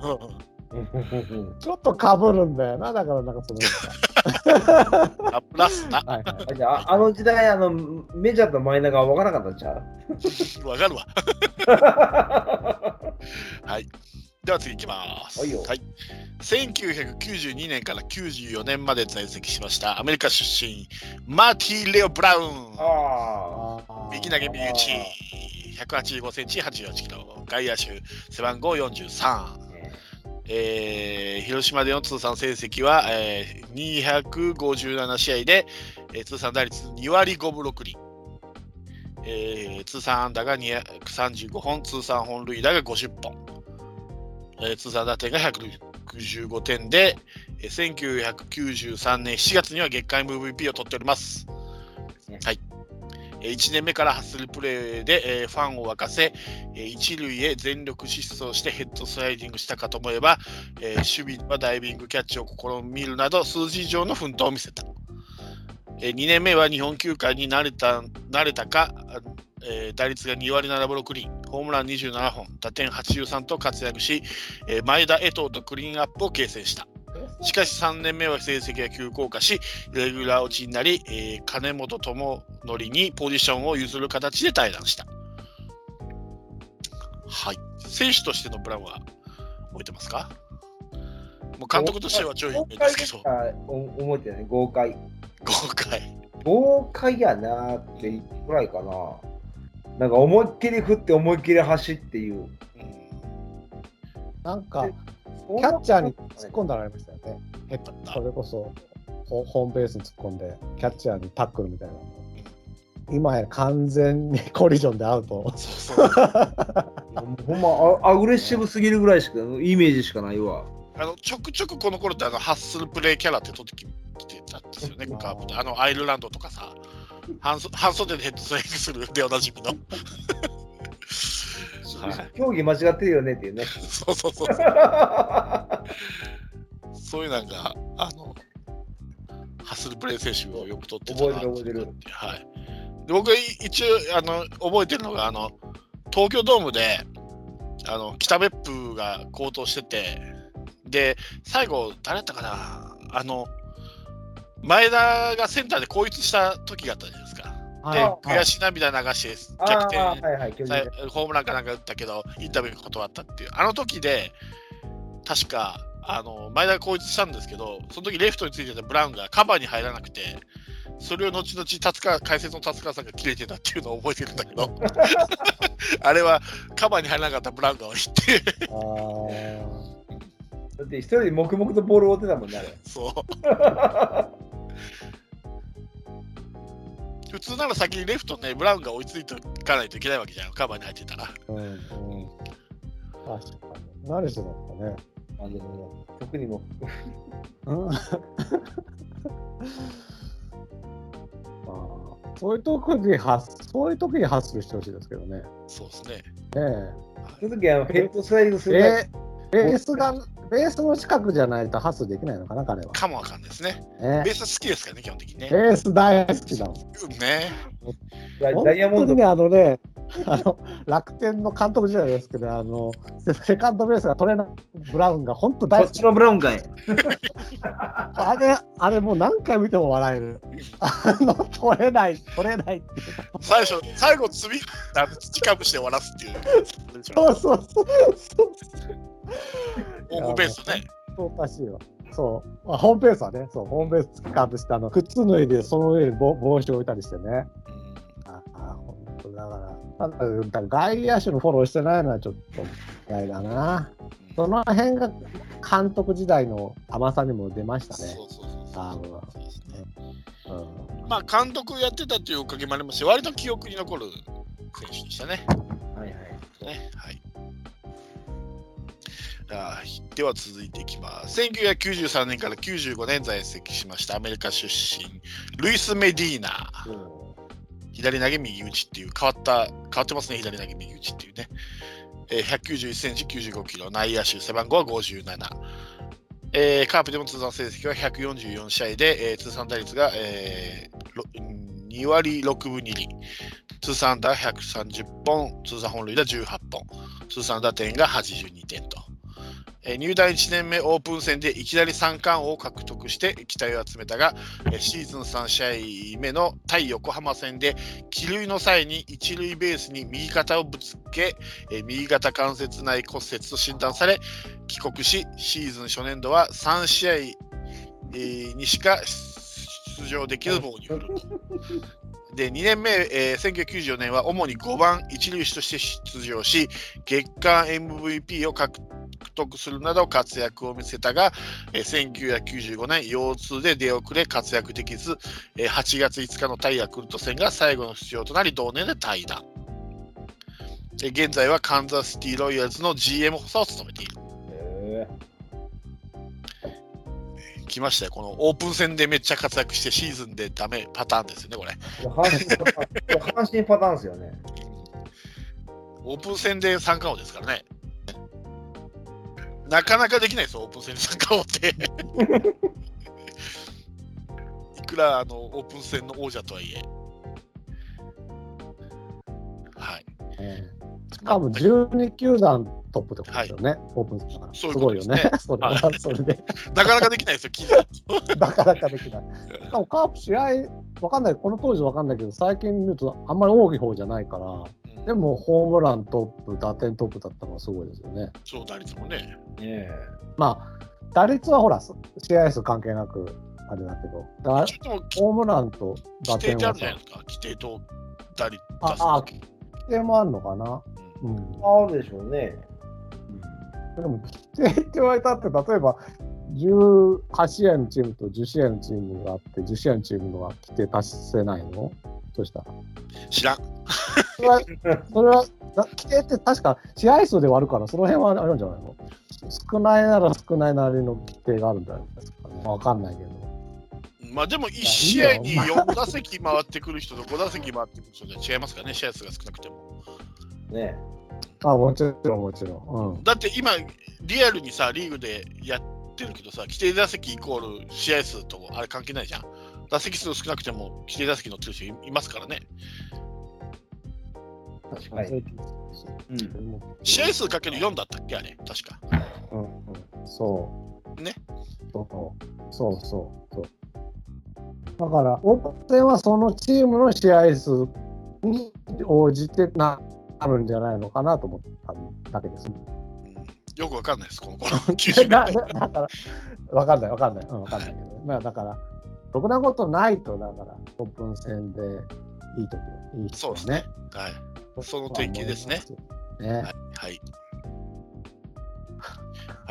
ちょっとかぶるんだよな、だからなんかその。 あ、プラスな。 はいはい、じゃあ、あの時代、あのメジャーとマイナーが分からなかったんちゃう？ 分かるわ。はい。 では次いきます。 はいよ。 はい。せんきゅうひゃくきゅうじゅうにねんからきゅうじゅうよねんまで在籍しましたアメリカ出身マーティー・レオ・ブラウン。 ああ右投げ右打ちひゃくはちじゅうごセンチはちじゅうはちキロ、外野手背番号よんじゅうさん。えー、広島での通算成績は、えー、にひゃくごじゅうなな試合で、えー、通算打率にわりごぶろくりん、えー、通算安打がにひゃくさんじゅうごほん、通算本塁打がごじゅっぽん、えー、通算打点がひゃくろくじゅうごてんで、えー、せんきゅうひゃくきゅうじゅうさんねんしちがつには月間 エムブイピー を取っております。はい。いちねんめからハッスルプレーで、えー、ファンを沸かせ、えー、一塁へ全力疾走してヘッドスライディングしたかと思えば、えー、守備はダイビングキャッチを試みるなど数字以上の奮闘を見せた。えー、にねんめは日本球界に慣れた、慣れたか、えー、打率がにわりななぶろくりん、ホームランにじゅうななほん、打点はちじゅうさんと活躍し、えー、前田、江藤とクリーンアップを形成した。しかしさんねんめは成績が急降下し、レギュラー落ちになり、えー、金本智則にポジションを譲る形で退団した。はい。選手としてのブラウンは覚えてますか？もう監督としてはちょい有名ですけど。 覚えてない、豪快。 豪快。 豪快やなーってぐらいかな。なんか思いっきり振って思いっきり走っていう。うん、 なんか、キャッチャーに突っ込んだらありましたよね。ヘッドそれこそホームベースに突っ込んで、キャッチャーにタックルみたいな。今や完全にコリジョンでアウト。 そうそうほんまアグレッシブすぎるぐらいしかイメージしかないわ。 あのちょくちょくこの頃ってあのハッスルプレイキャラって取ってきてたんですよね。カープであのアイルランドとかさ、半袖でヘッドスライディングするでおなじみの。 競技間違ってるよねっていうね。 そうそうそうそう。そういうなんかあのハッスルプレイ選手をよく取ってたなって。 覚えてる覚えてる。 はい。で僕一応あの覚えてるのがあの東京ドームであの北別府が好投してて、で最後誰だったかな、あの前田がセンターで後逸した時があったじゃないですか。で悔し涙流して逆転、はいはい、ホームランかなんか打ったけどインタビュー断ったっていうあの時で、確かあの前田が後逸したんですけど、その時レフトについてたブラウンがカバーに入らなくて、それを後々達川解説の達川さんが切れてたっていうのを覚えてるんだけどあれはカバーに入らなかったブラウンが悪いってあだって一人で黙々とボールを追ってたもんね、あれ。 そう普通なら先にレフトね、ブラウンが追いついていかないといけないわけじゃん、カバーに入ってたら。うんうん、 確かに。何してたんだね。 あでも特にも。 うんそういう時に発そういう時に発するしてほしいですけどね。 そうですね。ねえ。そういう時はヘッドスライディングする。 えベースがベースの近くじゃないと発すできないのかな、彼は。 かもわかんないですね。ねベース好きですからね、基本的にね。 ベース大好きだもん。 ね。 ダイヤモンドにあのね、あの楽天の監督時代ですけど、あのセカンドベースが取れないブラウンが本当大好き。 こっちのブラウンかい。 あれあれもう何回見ても笑える。あの取れない取れないって最初最後積み土かぶして終わらすっていう。 そうそうそう。 ホームベースね。 そうおかしいわ。そう、あ、ホームベースはね、そうホームベース使ってしてあの靴脱いでその上に帽子を置いたりしてね。うん、ああ本当だからだから外野手のフォローしてないのはちょっと嫌いだな。その辺が監督時代の甘さにも出ましたね。そうそうそうそう。ああ、 うん、まあ監督やってたっていうおかげもありますし、割と記憶に残る選手でしたね。はいはい。ね、はい。あでは続いていきます。せんきゅうひゃくきゅうじゅうさんねんからきゅうじゅうごねん在籍しましたアメリカ出身ルイス・メディーナ、うん、左投げ右打ちっていう変わった変わってますね。左投げ右打ちっていうね、えー、ひゃくきゅうじゅういちセンチきゅうじゅうごキロ、内野手背番号はごじゅうなな、えー、カープでも通算成績はひゃくよんじゅうよん試合で、えー、通算打率が、えー、にわりろくぶにり、通算安打ひゃくさんじゅっぽん、通算本塁打じゅうはっぽん、通算打点がはちじゅうにてんと、 入団いちねんめオープン戦でいきなり三冠王を獲得して期待を集めたが、シーズンさん試合目の対横浜戦で帰塁の際に一塁ベースに右肩をぶつけ、右肩関節内骨折と診断され帰国し、シーズン初年度はさん試合にしか出場できず棒に振ると。でにねんめ、えー、せんきゅうひゃくきゅうじゅうよねんは主にごばん一塁手として出場し、月間 エムブイピー を獲得するなど活躍を見せたが、えー、せんきゅうひゃくきゅうじゅうごねん腰痛で出遅れ活躍できず、えー、はちがついつかの対ヤクルト戦が最後の出場となり同年で退団。で現在はカンザスシティロイヤルズの ジーエム 補佐を務めている。へー来ましたよ、このオープン戦でめっちゃ活躍してシーズンでダメパターンですよね、これ。 阪神パターン、阪神パターンですよね。 オープン戦で三冠王ですからね。なかなかできないですよ、オープン戦で三冠王って。いくらあのオープン戦の王者とはいえ。はい。 えー、しかもじゅうに球団トップってことですよね、はい、オープン戦だから。 そういうことですね。 すごいよね。それはそれで。 なかなかできないですよ、聞いて。 なかなかできない。しかもカープ試合、わかんない、この当時わかんないけど、最近見るとあんまり大きい方じゃないから、うん、でもホームラントップ、打点トップだったのがすごいですよね。 そう、打率もね。 ねまあ、打率はほら、試合数関係なくあれだけど、だホームランと打点は。規定ってあるじゃないですか、 規定と打率。 ああ、規定もあるのかな。 うん、あるでしょうね。 でも規定って言われたって、例えばじゅうはち試合のチームとじゅう試合のチームがあって、じゅう試合のチームのが規定達せないの？そしたら知らん。 それは、それは規定って確か試合数で割るから、その辺はあるんじゃないの？少ないなら少ないなりの規定があるんじゃないですかね。わかんないけど。 まあでもいち試合によん打席回ってくる人とご打席回ってくる人で違いますからね、試合数が少なくても。 ねあ、もちろんもちろん、うん、 だって今リアルにさリーグでやってるけどさ、規定打席イコール試合数とあれ関係ないじゃん。打席数少なくても規定打席乗ってる人 い, いますからね。 確かに、 うん、 試合数かけるよんだったっけあれ確か。 うんうん、そうね。 そうそうそうそう。だからオープン戦はそのチームの試合数に応じてなあるんじゃないのかなと思っただけです、うん、 よくわかんないです、この子だ, だからわかんないわかんない、うん、わかんないけど、まあ、だからろくなことないと、だからオープン戦でいいときいい人ね。そうですね。 はい。その典型ですね。 ね。 はい。はい。はい、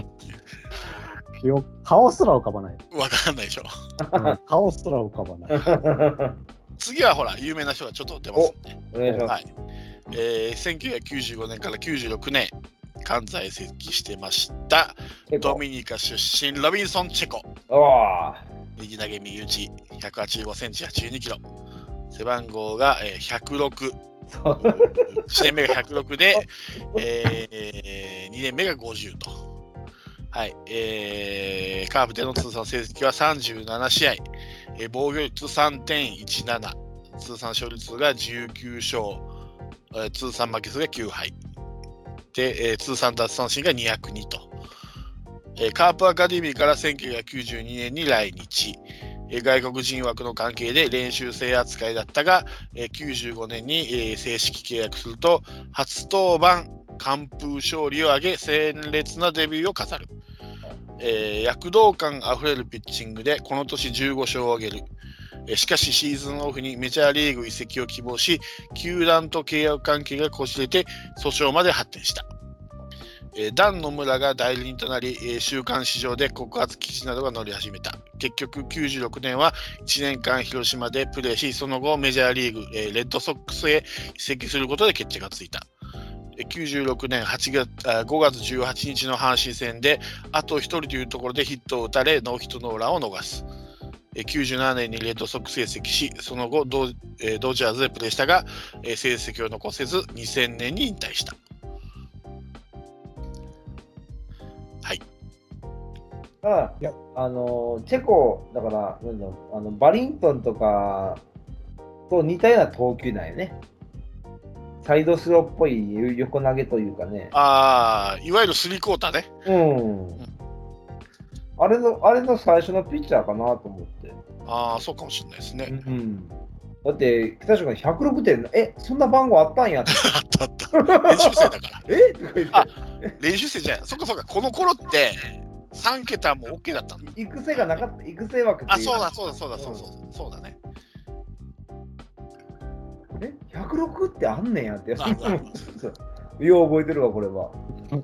顔すら浮かばない。 わかんないでしょ。 うん、顔すら浮かばない。 次はほら有名な人がちょっと出ますね。 お願いします。 はい。えー、せんきゅうひゃくきゅうじゅうごねんからきゅうじゅうろくねん関西移籍してましたドミニカ出身ロビンソン・チェコ。右投げ右打ちひゃくはちじゅうごセンチはちじゅうにキロ、背番号がひゃくろく、いちねんめがひゃくろくで、えー、にねんめがごじゅうと。はい、えー、カープでの通算成績はさんじゅうなな試合、えー、防御率 さんてんいちなな、通算勝率がじゅうきゅう勝、えー、通算負け数がきゅう敗で、えー、通算奪三振がにひゃくにと、えー、カープアカデミーからせんきゅうひゃくきゅうじゅうにねんに来日、えー、外国人枠の関係で練習生扱いだったが、えー、きゅうじゅうごねんに、えー、正式契約すると初登板完封勝利を挙げ鮮烈なデビューを飾る。えー、躍動感あふれるピッチングでこの年じゅうご勝を挙げる。えー、しかしシーズンオフにメジャーリーグ移籍を希望し球団と契約関係がこじれて訴訟まで発展した。えー、ダン野村が代理人となり、えー、週刊誌上で告発記事などが載り始めた。結局きゅうじゅうろくねんはいちねんかん広島でプレーし、その後メジャーリーグ、えー、レッドソックスへ移籍することで決着がついた。きゅうじゅうろくねんはちがつごがつじゅうはちにちの阪神戦であとひとりというところでヒットを打たれノーヒットノーランを逃す。きゅうじゅうななねんにレッドソックスへ移籍し、その後 ド, ドジャーズでプレーしたが成績を残せずにせんねんに引退した。はい。 あいやあのチェコだからなんだあのバリントンとかと似たような投球なんよね。 サイドスローっぽい横投げというかね。 ああ、いわゆるスリークォーターね。 うん。うん、あれの、あれの最初のピッチャーかなと思って。 ああ、そうかもしれないですね。 うん。だって、北島君ひゃくろくてん、え、そんな番号あったんやって。 あったあった。練習生だから。 えとか言って。 あ、練習生じゃない。そっかそっか、この頃って、さん桁も OK だったの。 育成がなかった、育成枠っていう。 あ、そうだそうだそうだそうそう、うん、そうだね。 え、ひゃくろくってあんねんやって。よう覚えてるわ、これは。そう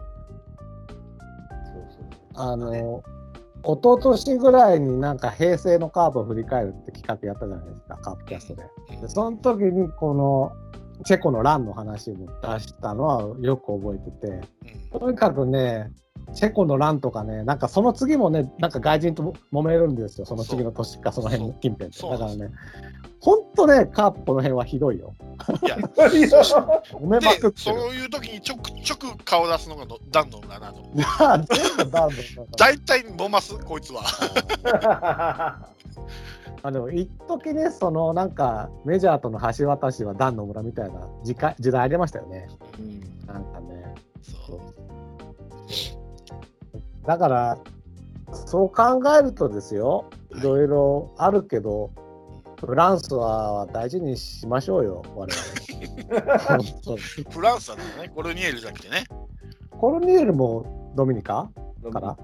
そう。あの、一昨年ぐらいになんか平成のカープを振り返るって企画やったじゃないですか、カープキャストで。でその時にこのチェコのランの話も出したのはよく覚えてて、とにかくね、チェコのランとかね、なんかその次もね、なんか外人と揉めるんですよ、その次の年かその辺の近辺で。だからね、ほんとね、カープこの辺はひどいよ。 いや、 揉めまくってる。 そういう時にちょくちょく顔出すのがのダンノンだなと。 全部ダンノン大体揉ますこいつは。 あでも一時ね、そのなんかメジャーとの橋渡しはダン野村みたいな時代時代ありましたよね。うん、なんかね。そうだからそう考えるとですよ、いろいろあるけど、フランスは大事にしましょうよ、我々。 フランスはね、コルニエルじゃなくてね。 コルニエルもドミニカから、 はい、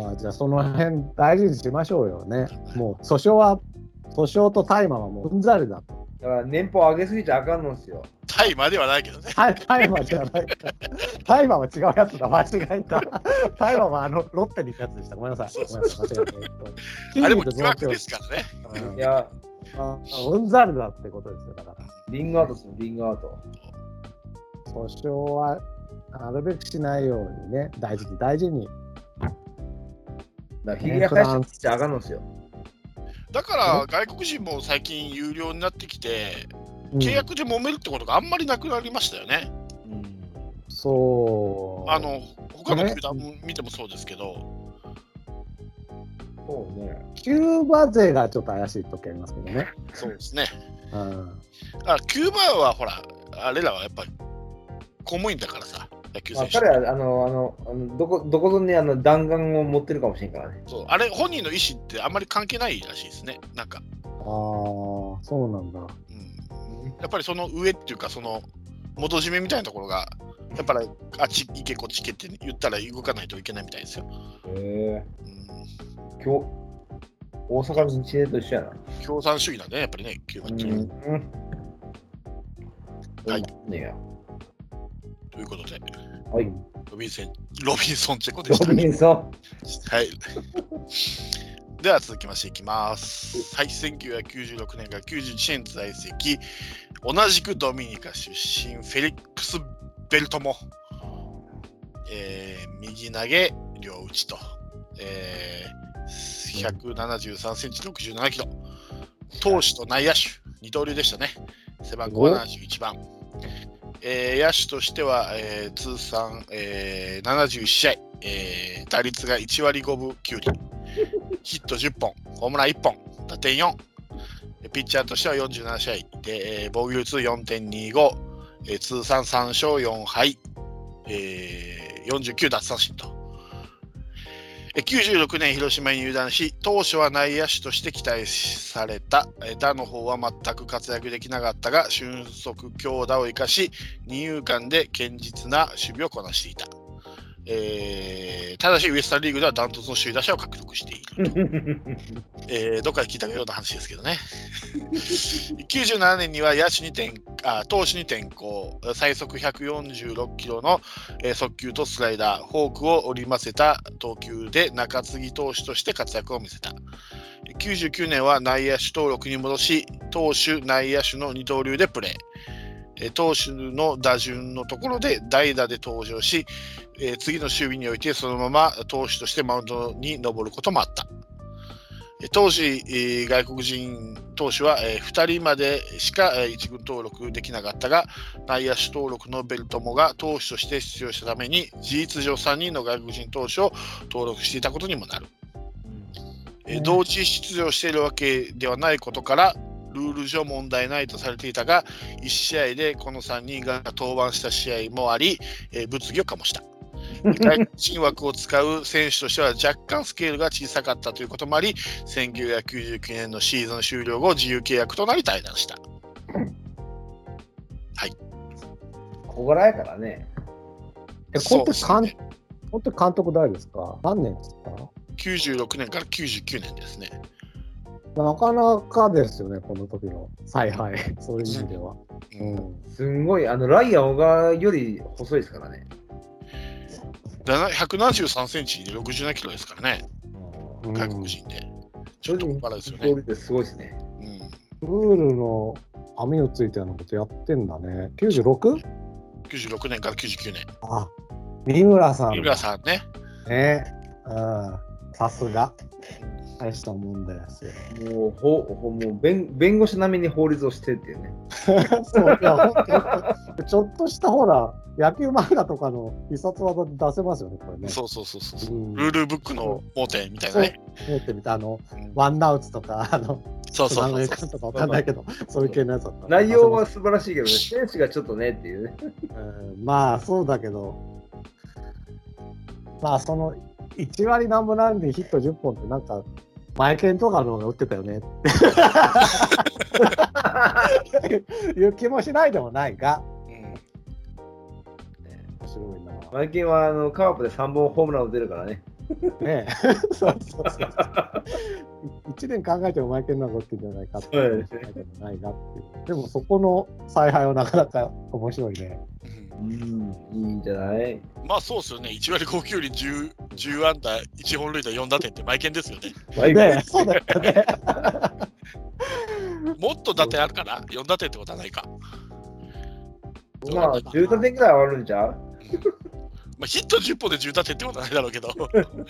あじゃあその辺大事にしましょうよね。もう訴訟は訴訟と大麻はもううんざりだと。 だから年俸上げすぎちゃあかんのですよ。 大麻ではないけどね。 大麻じゃないか。大麻は違うやつだ、間違えた。大麻はあのロッテに行ったやつでした。ごめんなさい。ごめんなさい、間違えた。 あれも疑惑ですからね。 いや、 あうんざりだってことですよ、だから。 リングアウトする、リングアウト。 訴訟はなるべくしないようにね、大事に大事に。 だからひげ生やしちゃあかんのですよ。 だから外国人も最近有料になってきて、うん、契約で揉めるってことがあんまりなくなりましたよね。 うん、そう。 あの他の球団見てもそうですけど。 そうね。キューバ勢がちょっと怪しい時ありますけどね。 そうですね。 うん、 あキューバはほら、あれらはやっぱり公務員だからさ。野球選手彼はあのあのあのどこどこぞにあの弾丸を持ってるかもしれんからね。 そうあれ本人の意思ってあんまり関係ないらしいですね。なんか。 ああそうなんだ。 うん、やっぱりその上っていうかその元締めみたいなところがやっぱりあっち行けこっち行けって言ったら動かないといけないみたいですよ。 へえ。今日大阪の日大と一緒やな。 共産主義なんで、ね、やっぱりねキューバっていう。うん、はい。ねや。ということで、 はい、 ロビンソン、ロビンソンチェコでした、ね。 ロビンソン。 はい。では続きましていきます。はい、せんきゅうひゃくきゅうじゅうろくねんからきゅうじゅういちねん在籍、同じくドミニカ出身、フェリックス・ベルトモ。えー、右投げ、両打ちと。えー、ひゃくななじゅうさんセンチ、ろくじゅうななキロ。投手と内野手、二刀流でしたね。背番号はななじゅういちばん。えー、野手としては、えー、通算、えー、ななじゅういちしあい、えー、打率がいちわりごぶきゅうり、ヒットじゅっぽん、ホームランいっぽん、打点よん、ピッチャーとしてはよんじゅうななしあいで、えー、防御率 よんてんにご、えー、通算さんしょうよんはい、えー、よんじゅうきゅう奪三振と。きゅうじゅうろくねん広島に入団し、当初は内野手として期待された。打の方は全く活躍できなかったが、俊足強打を生かし、二遊間で堅実な守備をこなしていた。えー、ただしウエスタンリーグではダントツの首位打者を獲得している、えー、どっかで聞いたような話ですけどね。きゅうじゅうななねんには野手に転あ投手に転向、最速ひゃくよんじゅうろくキロの、えー、速球とスライダー、フォークを織り交ぜた投球で中継ぎ投手として活躍を見せた。きゅうじゅうきゅうねんは内野手登録に戻し、投手内野手の二刀流でプレー。投手の打順のところで代打で登場し、えー、次の守備においてそのまま投手としてマウンドに上ることもあった。当時、えー、外国人投手は、えー、ふたりまでしか、えー、一軍登録できなかったが、内野手登録のベルトモが投手として出場したために事実上さんにんの外国人投手を登録していたことにもなる。えー、同時出場しているわけではないことからルール上問題ないとされていたが、いち試合でこのさんにんが登板した試合もあり、えー物議を醸した。外国人枠を使う選手としては若干スケールが小さかったということもあり、せんきゅうひゃくきゅうじゅうきゅうねんのシーズン終了後、自由契約となり退団した。はい。 小柄やからね。 え、本当に監、ね、本当に監督誰ですか？何年ですか？ きゅうじゅうろくねんからきゅうじゅうきゅうねんですね。 なかなかですよね、この時の采配、そういう意味では。 うんうん、 すんごい、あのライアン小川より細いですからね。 ひゃくななじゅうさんセンチでろくじゅうななキロですからね、 うん、 外国人で。ちょっと小柄ですよね。 すごいですね。 うん、ルールの網をついたようなことやってんだね。きゅうじゅうろく？ きゅうじゅうろくねんからきゅうじゅうきゅうねん。 あ、三村さん。 三村さんね。 ね、うん、さすが。大したもんですよ。 もう、ほほもう弁弁護士並みに法律をしてっていうね。 そういやちょっとしたほら、野球漫画とかの必殺技出せますよね、これね。 そうそうそうそう、うん、 ルールブックの盲点みたいなね。 盲点みたいな、あの、うん、ワンアウトとか、あの、 そうそうそうそうとかわかんないけど、そういう系のやつだった。 内容は素晴らしいけどね、選手がちょっとねっていうね。 うん、まあ、そうだけど、まあ、その、いち割何分なんでヒットじゅっぽんってなんか、マイケンとかの方が打ってたよねっていう気もしないでもないが、うん、面白いな。 マイケンはあのカープでさんぼんホームラン打てるからね。 ねえそうそうそういちねん考えてもマイケンの方が打ってるんじゃないかっていう気もしないでもないがっていう。でもそこの采配はなかなか面白いね。 うん、いいんじゃない？ まあそうですよね。いち割ごきゅうり 10, 10安打、いち本塁打、よん打点ってマイケンですよね。 ねそうだよね。 もっと打点あるかな？ よん 打点ってことはないか。 まあじゅう打点ぐらいはあるんちゃう？まあヒットじゅっぽんでじゅう打点ってことはないだろうけど。はい。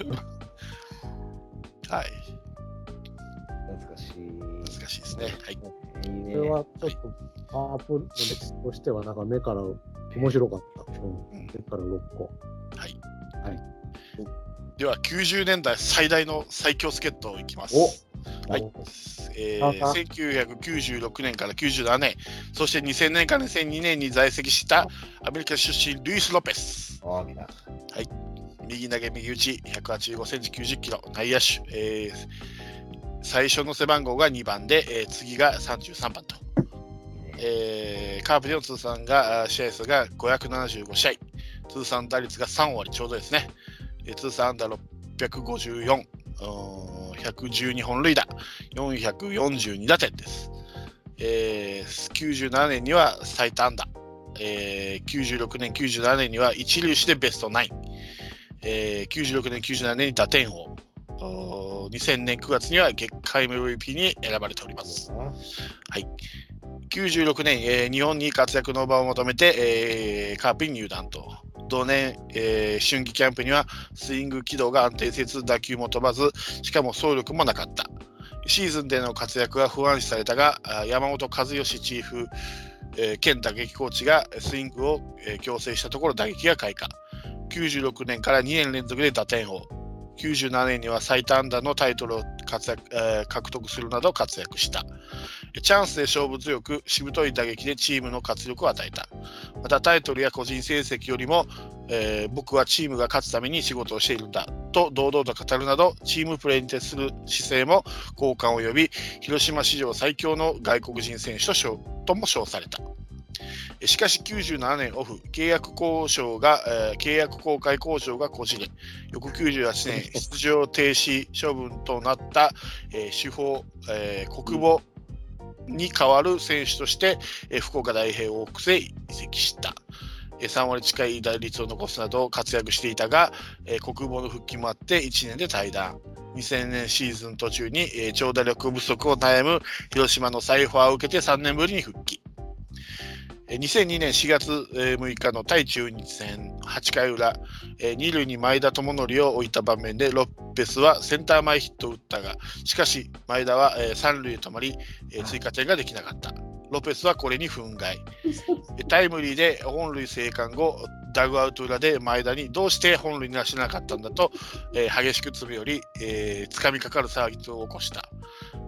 懐かしい。 懐かしいですね。はい。 いいね、それはちょっとパープルの歴史としてはなんか目から面白かった。うん、目からろっこ。 はい。 はい。 ではきゅうじゅうねんだい最大の最強助っ人いきます。はい。えー、せんきゅうひゃくきゅうじゅうろくねんからきゅうじゅうななねん、そしてにせんねんからにせんにねんに在籍したアメリカ出身ルイス・ロペス。はい。右投げ右打ち、ひゃくはちじゅうごセンチ、きゅうじゅっキロ、内野手。えー、最初の背番号がにばんで、えー、次がさんじゅうさんばんと。えー、カープでの通算が試合数がごひゃくななじゅうごしあい、通算打率がさんわりちょうどですね。えー、通算安打ろっぴゃくごじゅうよん、ひゃくじゅうにほん塁打、よんひゃくよんじゅうに打点です。えー、きゅうじゅうななねんには最多安打、えー、きゅうじゅうろくねん、きゅうじゅうななねんには一塁手でベストナイン、えー、きゅうじゅうろくねん、きゅうじゅうななねんに打点王、にせんねんくがつには月間 エムブイピー に選ばれております。はい。きゅうじゅうろくねん、えー、日本に活躍の場を求めて、えー、カープに入団と。同年、えー、春季キャンプにはスイング軌道が安定せず打球も飛ばず、しかも走力もなかった。シーズンでの活躍が不安視されたが、山本和義チーフ、えー、兼打撃コーチがスイングを、えー、強制したところ打撃が開花。きゅうじゅうろくねんからにねん連続で打点王。きゅうじゅうななねんには最多安打のタイトルを活躍、えー、獲得するなど活躍した。チャンスで勝負強く、しぶとい打撃でチームの活力を与えた。またタイトルや個人成績よりも、えー、僕はチームが勝つために仕事をしているんだと堂々と語るなど、チームプレーに徹する姿勢も好感を呼び、広島史上最強の外国人選手 と, とも称された。しかしきゅうじゅうななねんオフ、契約交渉が、えー、契約更改交渉がこじれ、翌きゅうじゅうはちねん出場停止処分となった、えー、主砲、えー、国母に代わる選手として、えー、福岡大平オークスへ移籍した。えー、さんわり近い打率を残すなど活躍していたが、えー、国母の復帰もあっていちねんで退団。にせんねんシーズン途中に、えー、長打力不足を悩む広島の再オファーを受けてさんねんぶりに復帰。にせんにねんしがつむいかの対中日戦はちかいうら、に塁に前田智則を置いた場面でロペスはセンター前ヒットを打ったが、しかし前田はさん塁へ止まり追加点ができなかった。ロペスはこれに憤慨。タイムリーで本塁生還後、ダグアウト裏で前田にどうして本塁に走らなかったんだと、えー、激しく詰め寄り、えー、掴みかかる騒ぎを起こした。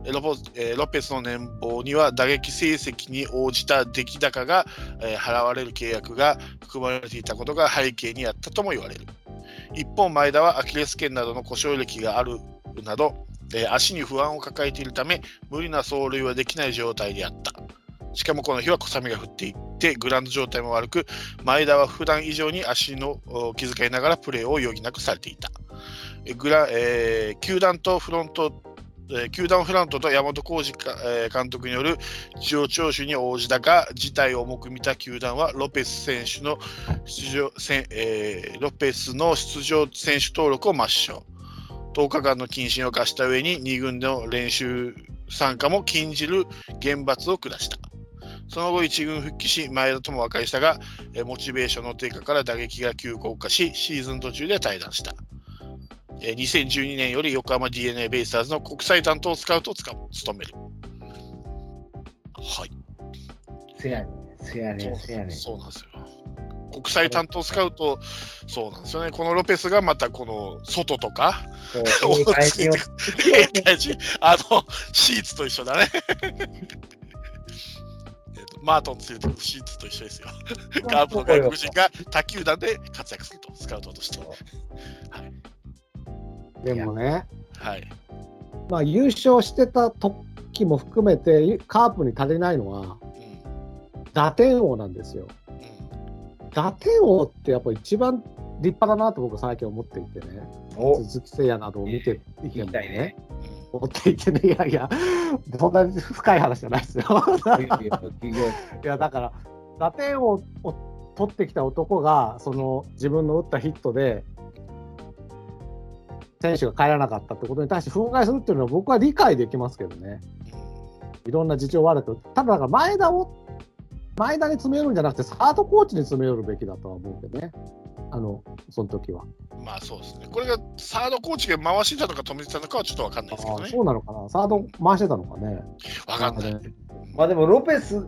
ロポ、えー、ロペスの年俸には打撃成績に応じた出来高が、えー、払われる契約が含まれていたことが背景にあったとも言われる。一方、前田はアキレス腱などの故障歴があるなど、えー、足に不安を抱えているため無理な走塁はできない状態であった。しかもこの日は小雨が降っていってグラウンド状態も悪く、前田は普段以上に足の気遣いながらプレーを余儀なくされていた。グラ、えー、球団とフロント、えー、球団フロントと山本浩二か、えー、監督による事情聴取に応じたが、事態を重く見た球団はロペス選手の出場、えー、ロペスの出場選手登録を抹消。とおかかんの謹慎を課した上にに軍での練習参加も禁じる厳罰を下した。その後いち軍復帰し、前田とも和解したが、モチベーションの低下から打撃が急降下し、シーズン途中で退団した。にせんじゅうにねんより横浜 ディーエヌエー ベイスターズの国際担当スカウトを務める。はい。 せやねん、せやねん、せやねん。 そうなんですよ。国際担当スカウト、そうなんですよね。このロペスがまたこの外とか、あのシーツと一緒だね。マートンついてくるシーツと一緒ですよ。カープの外国人が他球団で活躍すると、スカウトとして。はい、 でもね、 はい、 まあ優勝してた時も含めて、カープに足りないのは、うん、打点王なんですよ。うん、打点王ってやっぱ一番立派だなと僕は最近思っていてね、鈴木誠也などを見ていてもね。思っていてね、いやいや、そんな深い話じゃないですよ。いやだから打点を取ってきた男がその自分の打ったヒットで選手が帰らなかったってことに対して憤慨するっていうのは僕は理解できますけどね。いろんな事情はあると、ただだから前田を前田に詰め寄るんじゃなくてサードコーチに詰め寄るべきだとは思うけどね。あのその時は。まあそうですね。これがサードコーチが回してたのか止めてたのかはちょっと分かんないですけどね。 そうなのかな。サード回してたのかね。 分かんない。 まあでもロペス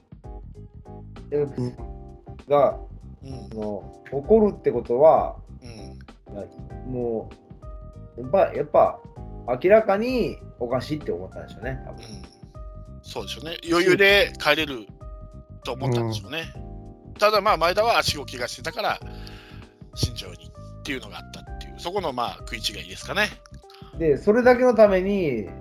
が、うん、の怒るってことは、うん、もうやっぱやっぱ明らかにおかしいって思ったんでしょうね。多分。うん、 そうでしょうね。余裕で帰れると思ったんでしょうね。うん、ただまあ前田は足を怪我してたから慎重にっていうのがあったっていう、そこのまあ食い違いですかね。 でそれだけのために、うん、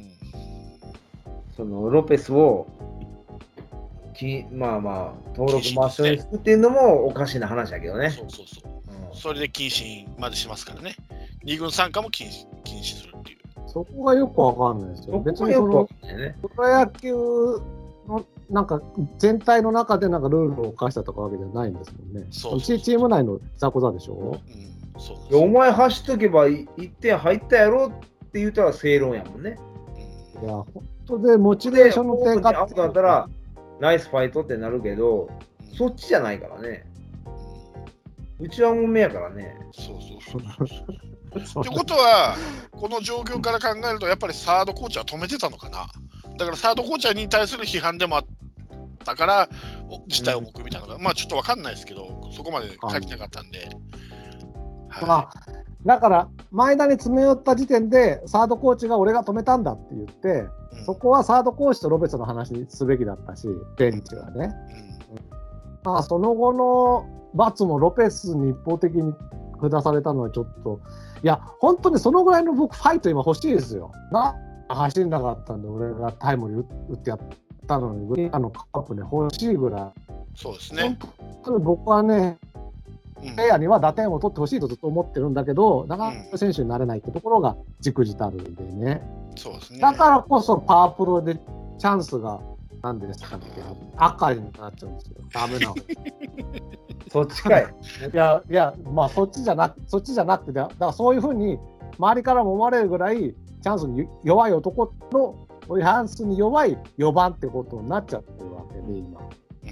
そのロペスをきまあまあ登録抹消にするっていうのもおかしな話だけどね。 そうそうそう、うん、それで謹慎までしますからね。に軍参加も禁止禁止するっていう。 そこがよくわかんないですよ。別にそのプロ野球のなんか全体の中でなんかルールを犯したとかわけじゃないんですもんね。そうそうそう、チーム内のザコザでしょ。 うん、そうです。お前走っとけばいってん入ったやろって言ったら正論やもんね。 いや本当でモチベーションの低下ってだったらナイスファイトってなるけど、うん、そっちじゃないからね。うちはもめやからね。 そうそうそうそう。ってことはこの状況から考えるとやっぱりサードコーチは止めてたのかな。だからサードコーチに対する批判でもあったから事態を重く見たのか、うん、まあちょっと分かんないですけど、そこまで書いてなかったんで、 はい、まあ、だから前田に詰め寄った時点でサードコーチが俺が止めたんだって言って、うん、そこはサードコーチとロペスの話にすべきだったし、ベンチはね、うん、まあ、その後の罰もロペスに一方的に下されたのはちょっと、いや本当にそのぐらいの僕ファイト今欲しいですよな。走んなかったんで俺がタイムリー打ってやったのに、あのカップね欲しいぐらい。 そうですね。 本当に僕はね、フェアには打点を取ってほしいとずっと思ってるんだけど、なかなか選手になれないってところが軸じたるんでね。 そうですね。 だからこそパワープロでチャンスが何ですかね、赤になっちゃうんですよ。ダメなの。 そっちかい。 いやいや、まあそっちじゃなくそっちじゃなくて、だからそういうふうに周りからも思われるぐらいチャンスに弱い男のチャンスに弱いよばんってことになっちゃってるわけで今。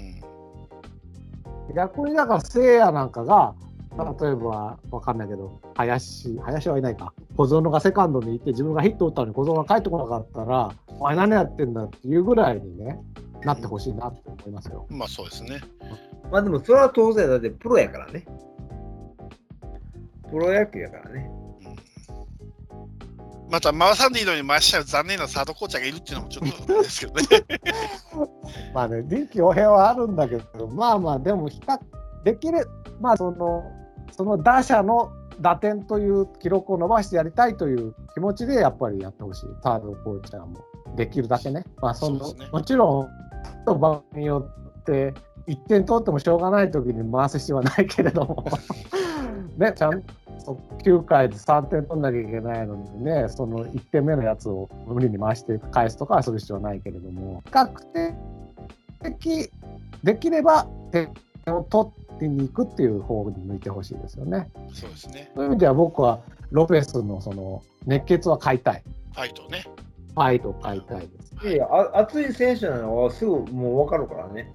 うん、逆にだから聖夜なんかが例えばわかんないけど林林はいないか、小園がセカンドにいて自分がヒット打ったのに小園が帰ってこなかったらお前何やってんだっていうぐらいにねなってほしいなって思いますよ。 まあそうですね。 まあでもそれは当然だってプロやからね。プロ野球やからね。 また回さんでいいのに回しちゃう残念なサードコーチャーがいるっていうのもちょっとですけどね。 まあね、臨機応変はあるんだけど、まあまあ、でも比較できる、まあその、その打者の打点という記録を伸ばしてやりたいという気持ちでやっぱりやってほしい、サードコーチャーも。できるだけね。まあその、 そうですね。 もちろん、場によっていってん取ってもしょうがないときに回す必要はないけれども、ね、ちゃんときゅうかいでさんてん取んなきゃいけないのにね、そのいってんめのやつを無理に回して返すとかはする必要はないけれども、比較的できれば点を取ってに行くっていう方に向いてほしいですよね。 そうですね。 そういう意味では僕はロペスのその熱血は買いたい。 ファイトね。 ファイト買いたいです。 いやいや、あ熱い選手なのはすぐもう分かるからね。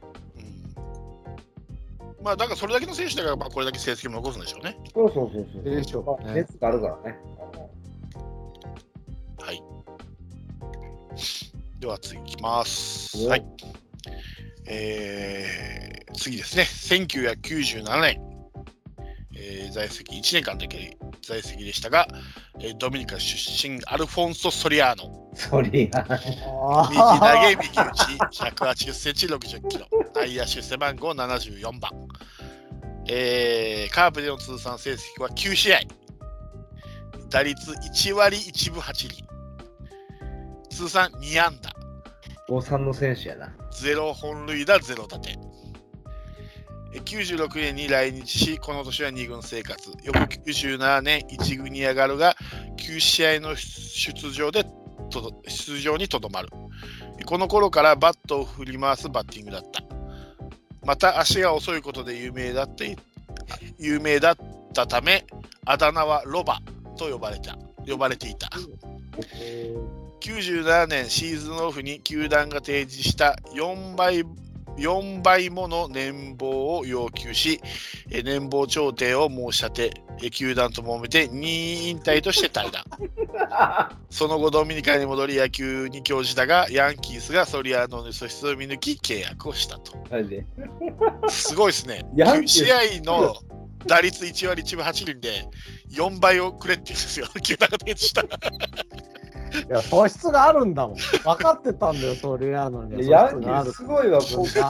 うん、まあだからそれだけの選手だから、まあ、これだけ成績も残すんでしょうね。 そうそうそうそう。 でしょうね。 熱があるからね。 はい。では次いきます。 おはい。えー、次ですね。せんきゅうひゃくきゅうじゅうななねん、えー、在籍いちねんかんだけ在籍でしたが、えー、ドミニカ出身アルフォンソ・ソリアーノ。 ソリア右投げ右打ちひゃくはちじゅっセンチろくじゅっキロ、内野手背番号ななじゅうよんばん、えー、カープでの通算成績はきゅうしあい、打率いちわりいちぶはちりん、通算にあんだ、 お産の選手やな。 ゼロほんるいだゼロ打点。きゅうじゅうろくねんに来日し、この年はにぐん生活。翌きゅうじゅうななねんいちぐんに上がるが、きゅうしあいの出場でとど出場にとどまる。この頃からバットを振り回すバッティングだった。また足が遅いことで有名だって有名だったため、あだ名はロバと呼ばれた呼ばれていた。きゅうじゅうななねんシーズンオフに球団が提示したよんばいよんばいもの年俸を要求し、年俸調停を申し立て、球団と揉めて任意引退として退団。その後ドミニカに戻り野球に興じたが、ヤンキースがソリアーノの素質を見抜き契約をしたと。すごいですね。きゅうしあいの打率いちわりいちぶはちりんでよんばいをくれって言うんですよ、球団が提示した。 いや、素質があるんだもん。分かってたんだよ、ソリアーノに。 ヤンキーすごいわ、こんな。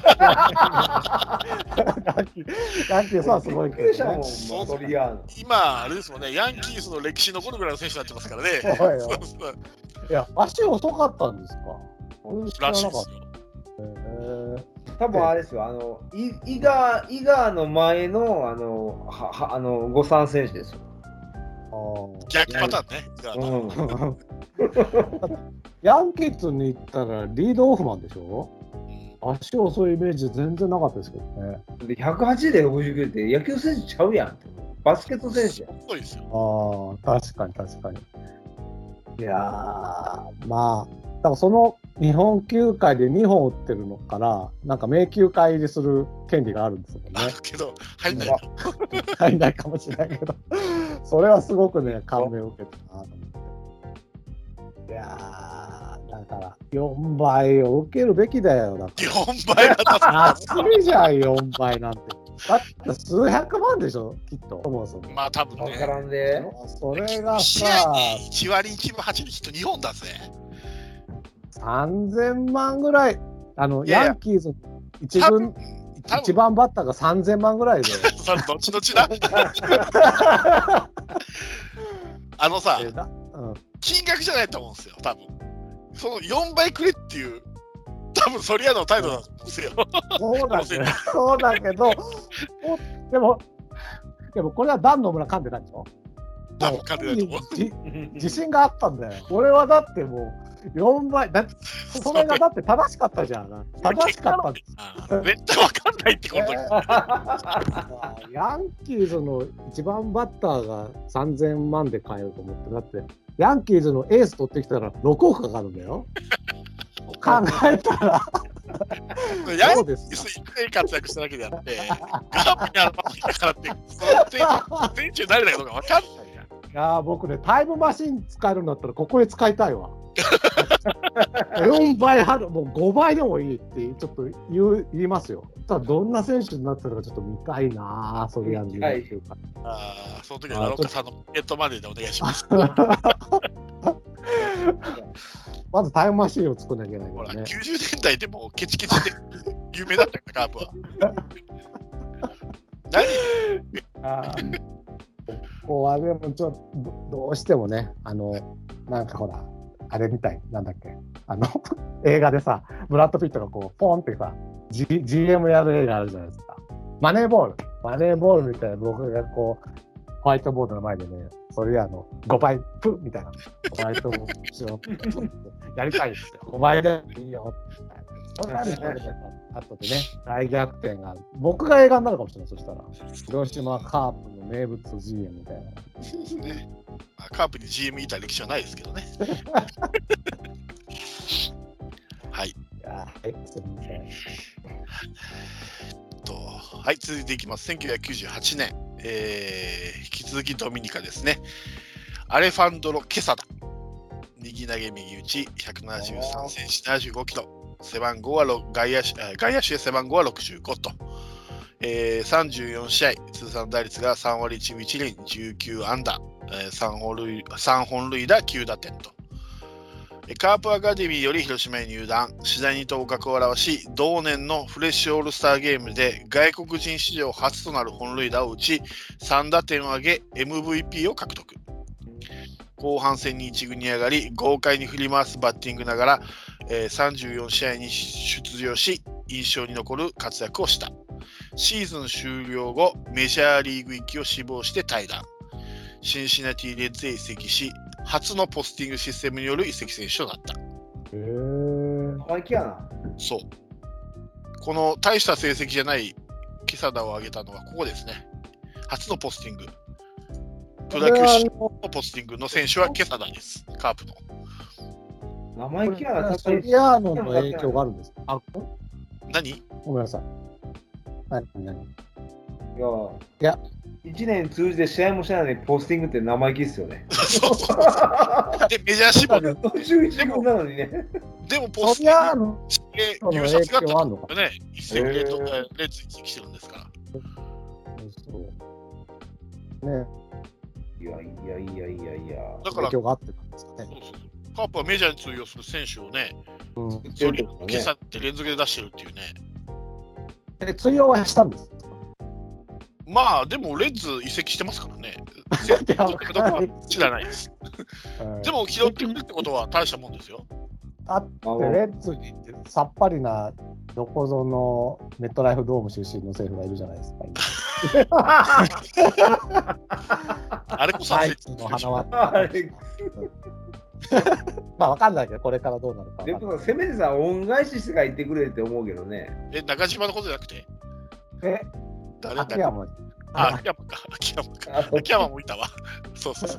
ヤンキースはすごいけど、ね、 ソリアーノ。 今、あれですもんね、ヤンキースの歴史残るぐらいの選手になってますからね。 そうよ。いや、足遅かったんですか？ らしいですよ。 多分あれですよ、あの、イガー、イガーの前の、あの、ははあの、誤算選手ですよ。 逆パターンね。 うん、ヤンキースに行ったらリードオフマンでしょ、うん、足遅いイメージ全然なかったですけどね。 でひゃくはちじゅうでろくじゅうきゅうって野球選手ちゃうやん。バスケット選手やん。 そうですよ。 ああ、確かに確かに。いやー、まあ、だからその日本球界でにほん打ってるのから、なんか迷宮会入りする権利があるんですもんね。 あるけど、入んないの。 入んないかもしれないけど、それはすごくね、感銘を受けたなと思って。いやー、だからよんばいを受けるべきだよ。だってよんばいだった安いじゃん、よんばいなんて。だって数百万でしょ、きっと。そもそも。 まあ、多分ね。 わからんで。 それが試さ、 合にいちわりいちぶはちりんヒットにほんだぜ。 さんぜんまんぐらい、あの、 いやいやヤンキース一軍、一番バッターがさんぜんまんぐらいで。 それ、どっちどっちだあのさ、うん、金額じゃないと思うんですよ、多分。そのよんばいくれっていう、多分ソリアーノの態度なんですよ。 そうだけど、そうだけど、でも、でもこれはダンの村噛んでないでしょ。 多分噛んでないと思う。 自信があったんだよ。俺はだってもうよんばい、だそれがだって正しかったじゃん。正しかったんです。 絶対わかんないってこと、えー、ヤンキーズの一番バッターがさんぜんまんで買えると思って、だってヤンキーズのエース取ってきたらろくおくかかるんだよ。考えたらヤンキースいっかい活躍しただけであって、ガープにあるマシンだからって、その選手に誰だかどうか分かんないじゃん。 いや僕ね、タイムマシン使えるんだったらここへ使いたいわ。よんばいはる、もうごばいでもいいってちょっと言う言いますよ。ただどんな選手になってるかちょっと見たいなぁ、それやんじゃないっていうか。 ああ、その時は奈良岡さんのポケットマネーでお願いします。 まずタイムマシーンを作んなきゃいけないかほら、 らね。 きゅうじゅうねんだいでもケチケチで有名だったから、カープは。何あーここはでもちょっとどうしてもね、あの、なんかほら、あれみたい、なんだっけ、あの、映画でさ、ブラッド・ピットがこう、ポンってさ、G、ジーエム やる映画あるじゃないですか。マネーボール。マネーボールみたいな僕がこう、ホワイトボードの前でね、それあの、ごばい、プッみたいな、ホワイトボードしようってやりたいですよ。ごばいでいいよって。そんなにね、あとでね、大逆転が、僕が映画になるかもしれない、そしたら。広島カープの名物 ジーエム みたいな。 ね、カープに ジーエム いた歴史はないですけどね。はい。 いやー、はい、すみません。 とはい、続いていきます。せんきゅうひゃくきゅうじゅうはちねん、えー、引き続きドミニカですね。アレファンドロ・ケサダ。右投げ右打ち、ひゃくななじゅうさんセンチ、ななじゅうごキロ。背番号は外野手、外野手で背番号はろくじゅうごと、えー、さんじゅうよんしあい、通算打率がさんわりいちぶいちりん、じゅうきゅうあんだ、えー、さん本塁さん本塁打きゅうだてんと。カープアカデミーより広島へ入団、次第に頭角を現し、同年のフレッシュオールスターゲームで外国人史上初となる本塁打を打ち、さんだてんを挙げ エムブイピー を獲得。後半戦に一軍に上がり、豪快に振り回すバッティングながら、えー、さんじゅうよんしあいに出場し、印象に残る活躍をした。シーズン終了後、メジャーリーグ行きを志望して退団。シンシナティレッズへ移籍し、初のポスティングシステムによる移籍選手となった。 へぇー。生意気やな。 そう。この大した成績じゃないケサダを挙げたのはここですね。初のポスティング。プロ野球史のポスティングの選手はケサダです。カープの。 生意気やな。 ソリアーノの影響があるんですか？あ、 何？ ごめんなさい。何何？いや、 いや、 いちねん通じて試合もしてないのにポスティングって生意気っすよね。 そうそう。で、メジャー志望で途中一軍なのにね。 でもポスソリアティングーノしての入札があ影響あんのかったね。一石レッド、レッズ移籍してるんですから。 そうね。 いやいやいやいやいや。 だから、 影響があってたんですかね。 そうそうそうカープはメジャーに通用する選手をね、 うん、 それをケサって連続で出してるっていうね。 え、通用はしたんです。 まあでもレッズ移籍してますからね。知らないです。でも拾ってくるってことは大したもんですよ。 あってレッズにさっぱりなどこぞのメットライフドーム出身の選手がいるじゃないですか。 あれこそアイツの花は。まあわかんないけどこれからどうなるか。 でもせめてさ恩返ししてから言ってくれって思うけどね。 え中島のことじゃなくて。 え誰だ秋山。 あ、秋山か。秋山か。秋山もいたわ。そうそうそう。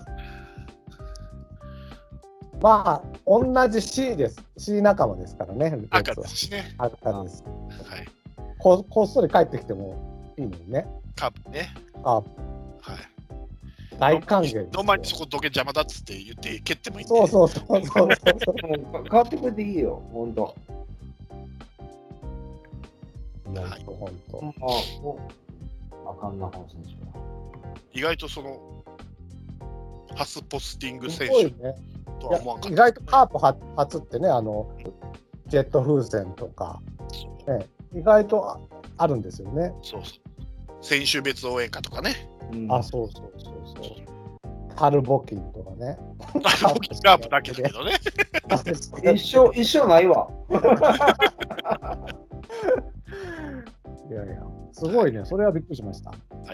まあ、同じ C です。C 仲間ですからね。 赤ですしね。 赤です。 はい。 こ, こっそり帰ってきてもいいのにね。 カープね。 カープ。 はい。 大歓迎。 どんまにそこどけ邪魔だっつって言って蹴ってもいいんで。 そうそうそうそうそう。 変わってくれていいよ、ほんと。 いや、ほんと。 あかんな、この選手は。 意外とその、初ポスティング選手とは思わんかった、ね。 意外とカープ初ってね、あの、ジェット風船とか、ね、意外とあるんですよね。 そうそう。選手別応援歌とかね。 うん、あ、そうそうそうそう。春募金とかね。 春募金カープだけだけどね。 一生、一生ないわ。 いやいや、すごいね。それはびっくりしました。 はい。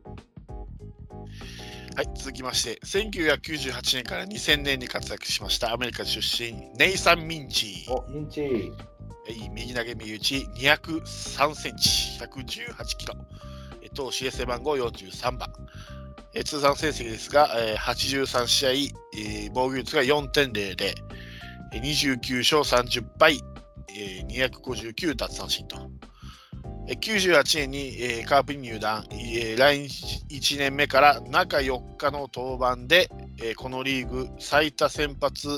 はい、続きまして、せんきゅうひゃくきゅうじゅうはちねんからにせんねんに活躍しましたアメリカ出身、ネイサン・ミンチー。 お、ミンチー。 右投げ右打ちにひゃくさんセンチ、ひゃくじゅうはちキロ。投手背番号よんじゅうさんばん。通算成績ですが、はちじゅうさんしあい、防御率が よんてんゼロゼロ、にじゅうきゅうしょうさんじゅっぱい、にひゃくごじゅうきゅう奪三振と。きゅうじゅうはちねんにカープに入団、来日いちねんめから中よっかの登板で、このリーグ最多先発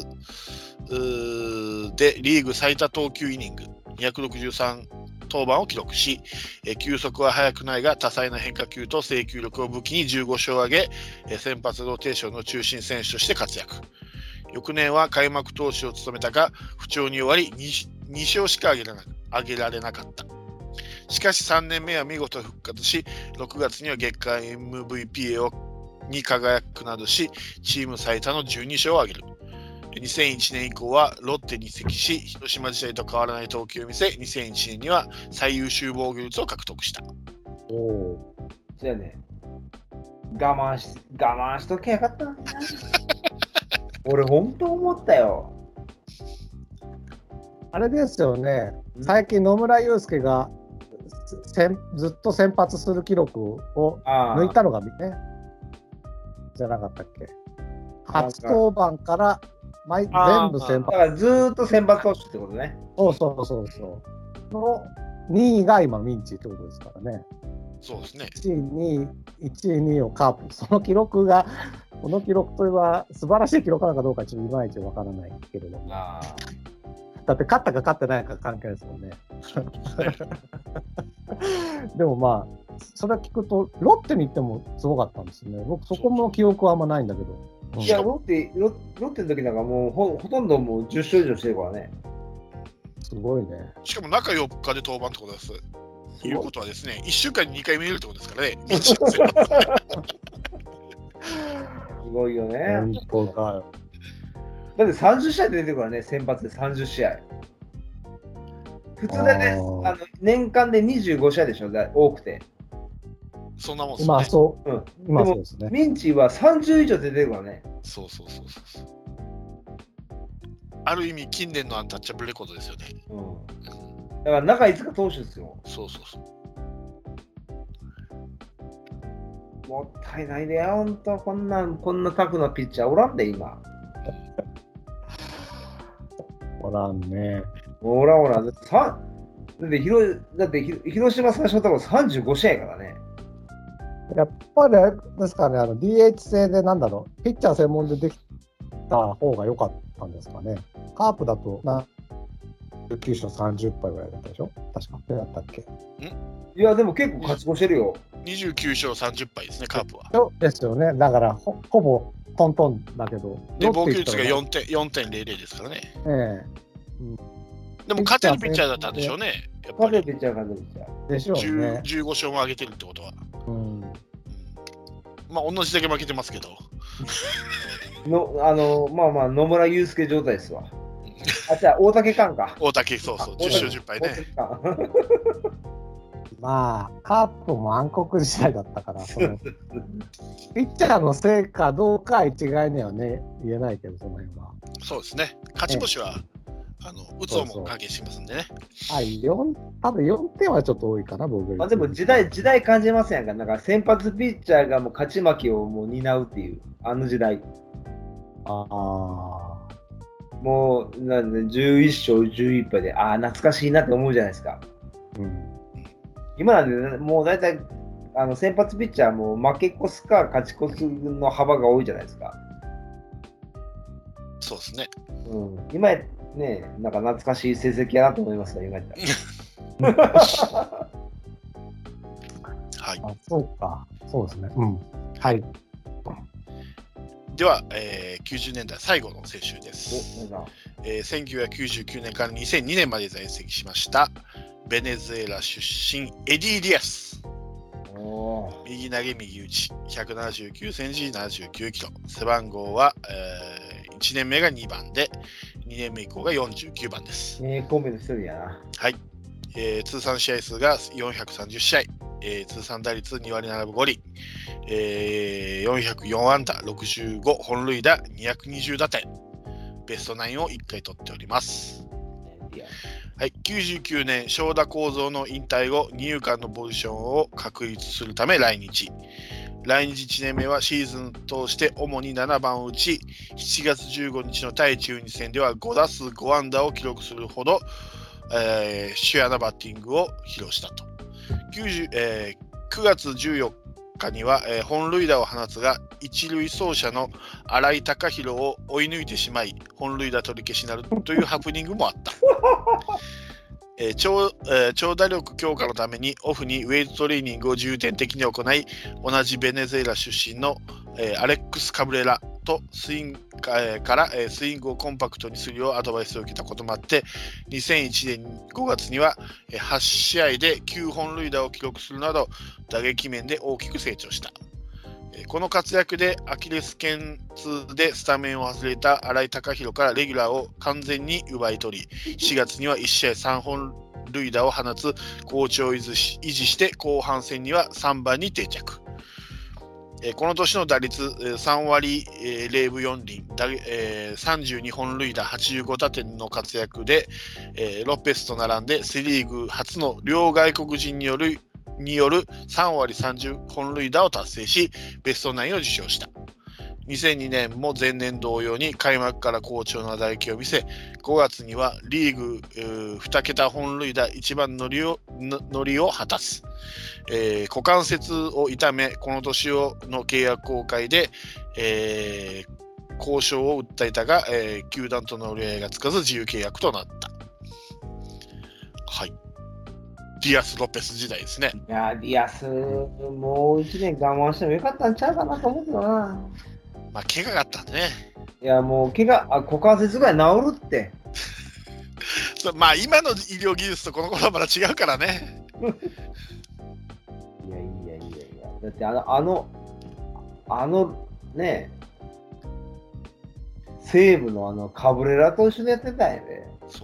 でリーグ最多投球イニングにひゃくろくじゅうさん登板を記録し、球速は速くないが多彩な変化球と制球力を武器にじゅうごしょうを挙げ、先発ローテーションの中心選手として活躍。 翌年は開幕投手を務めたが不調に終わり 2, 2勝しか挙げられな挙げられなかった。しかしさんねんめは見事復活し、ろくがつには月間 エムブイピー をに輝くなどし、チーム最多のじゅうに勝を挙げる。にせんいちねん以降はロッテに移籍し、広島時代と変わらない投球を見せ、にせんいちねんには最優秀防御率を獲得した。 おお。そうやね。我慢し、我慢しときゃよかったな。俺、ほんと思ったよ。 あれですよね、最近野村祐介がずっと先発する記録を抜いたのがね、じゃなかったっけ。初登板から毎全部先発。 だからずーっと先発投手ってことね。 そうそうそうそう。のにいが今ミンチってことですからね。 そうですね。 いちい、にい、いちい、にいをカープ。その記録が、この記録といえば素晴らしい記録なのかどうかちょっといまいちわからないけれども。あだって勝ったか勝ってないか関係ないですもんね。でもまあ、それ聞くと、ロッテに行ってもすごかったんですね。僕、そこも記憶はあんまないんだけど。 いや、ロッテ、ロロッテの時なんかもうほ、ほとんどもうじゅっ勝以上してるからね。 すごいね。 しかも中よっかで登板ってことです。ということはですね、いっしゅうかんににかい見れるってことですからね。 すごいよね。 本当だ。 だってさんじゅっしあい出てるからね、先発でさんじゅっしあい。普通でね、あの年間でにじゅうごしあいでしょ、多くて。 そんなもんですね。 まあそう。うん、 今そうですね。ミンチはさんじゅう以上出てるからね。 そうそうそうそう。ある意味、近年のアンタッチャブルレコードですよね。うん、 だから中いつか投手ですよ。 そうそうそう。 もったいないで、ほんと、こんな、こんなタフなピッチャーおらんで、今。 おらんね。 おらんおらん。だって、だって広だって広島最初のところさんじゅうごしあいからね。 やっぱりあれですかね、あの ディーエイチ 制でなんだろう、ピッチャー専門でできた方が良かったんですかね。カープだとなじゅうきゅうしょうさんじゅっぱいぐらいだったでしょ、確か。どうやったっけ。んいや、でも結構勝ち越してるよ。 にじゅうきゅうしょうさんじゅっぱいですね、カープは。 ですよね。だからほ、ほぼトントンだけど。 で、防御率がよんてんぜろぜろですからね。 ええうん、 でも勝てるピッチャーだったんでしょうね。 やっぱり勝てるピッチャー勝てるピッチャー。でしょうね。 じゅうごしょうも上げてるってことは。 うん。 まあ、同じだけ負けてますけど。 のあのまあまあ、野村祐介状態ですわ。あ、じゃあ、大竹寛か。 大竹、そうそう、じゅっしょうじゅっぱいね。 まあ、カープも暗黒時代だったから、そのピッチャーのせいかどうか一概にはね、言えないけど、その辺は。 そうですね。勝ち星は、あの打つ方も関係しますんでね。 はい、よん、多分よんてんはちょっと多いかな、僕。 まあでも時代、時代感じませんか。なんか先発ピッチャーがもう勝ち負けをもう担うっていう、あの時代。 ああ。 もう、なんで、じゅういっしょうじゅういっぱいで、ああ、懐かしいなって思うじゃないですか。うん。今なんで、ね、もう大体、あの先発ピッチャーも負け越すか勝ち越すの幅が多いじゃないですか。 そうですね。 うん。今ね、なんか懐かしい成績やなと思いますよ、今やったら。 はい。 あ、そうか。そうですね。うん。はい。 では、えー、きゅうじゅうねんだい最後の選手です。えー、せんきゅうひゃくきゅうじゅうきゅうねんからにせんにねんまで在籍しましたベネズエラ出身エディ・ディアス。右投げ右打ち、ひゃくななじゅうきゅうセンチ、ななじゅうきゅうキロ。背番号は、えー、いちねんめがにばんで、にねんめ以降がよんじゅうきゅうばんです。 えー、コンビの一人やな。 はい。えー、通算試合数がよんひゃくさんじゅうしあい、えー、通算打率にわりななぶごり、えー、よんひゃくよんあんだ、ろくじゅうご本塁打、にひゃくにじゅうだてん、ベストナインをいっかい取っております。はい、きゅうじゅうきゅうねん、正田幸三の引退後、二遊間のポジションを確立するため来日。来日いちねんめはシーズン通して主にななばんを打ち、しちがつじゅうごにちの対中日戦ではごだすうごあんだを記録するほど、えー、シュアなバッティングを披露したと。きゅうじゅう、えー、くがつじゅうよっかには、えー、本塁打を放つが一塁走者の新井貴弘を追い抜いてしまい本塁打取り消しになるというハプニングもあった。えー 長, えー、長打力強化のためにオフにウェイトトレーニングを重点的に行い、同じベネズエラ出身の、えー、アレックス・カブレラ、 とスイングからスイングをコンパクトにするようアドバイスを受けたこともあって、にせんいちねんごがつにははち試合できゅうほん塁打を記録するなど打撃面で大きく成長した。この活躍でアキレス腱痛でスタメンを外れた新井貴浩からレギュラーを完全に奪い取り、しがつにはいち試合さんほん塁打を放つ好調を維持し、維持して後半戦にはさんばんに定着。この年の打率さんわりぜろぶよんりん、さんじゅうにほん塁打はちじゅうごだてんの活躍で、ロペスと並んでセ・リーグ初の両外国人によるによるさんわりさんじゅっぽん塁打を達成し、ベストナインを受賞した。にせんにねんも前年同様に開幕から好調な打撃を見せ、ごがつにはリーグにけた本塁打いちばん乗りを乗りを果たす。えー、股関節を痛め、この年をの契約更改で、えー、交渉を訴えたが、えー、球団との折り合いがつかず自由契約となった。はい。ディアス・ロペス時代ですね。 いや、ディアス、もういちねん我慢してもよかったんちゃうかなと思うけどな。 まあ、怪我があったんでね。 いや、もう怪我、あ、股関節ぐらい治るって。 まあ、今の医療技術とこの頃はまだ違うからね。 いやいやいやいや、だってあの、あの、あのね、西武のあのカブレラと一緒にやってたんやで。 そう。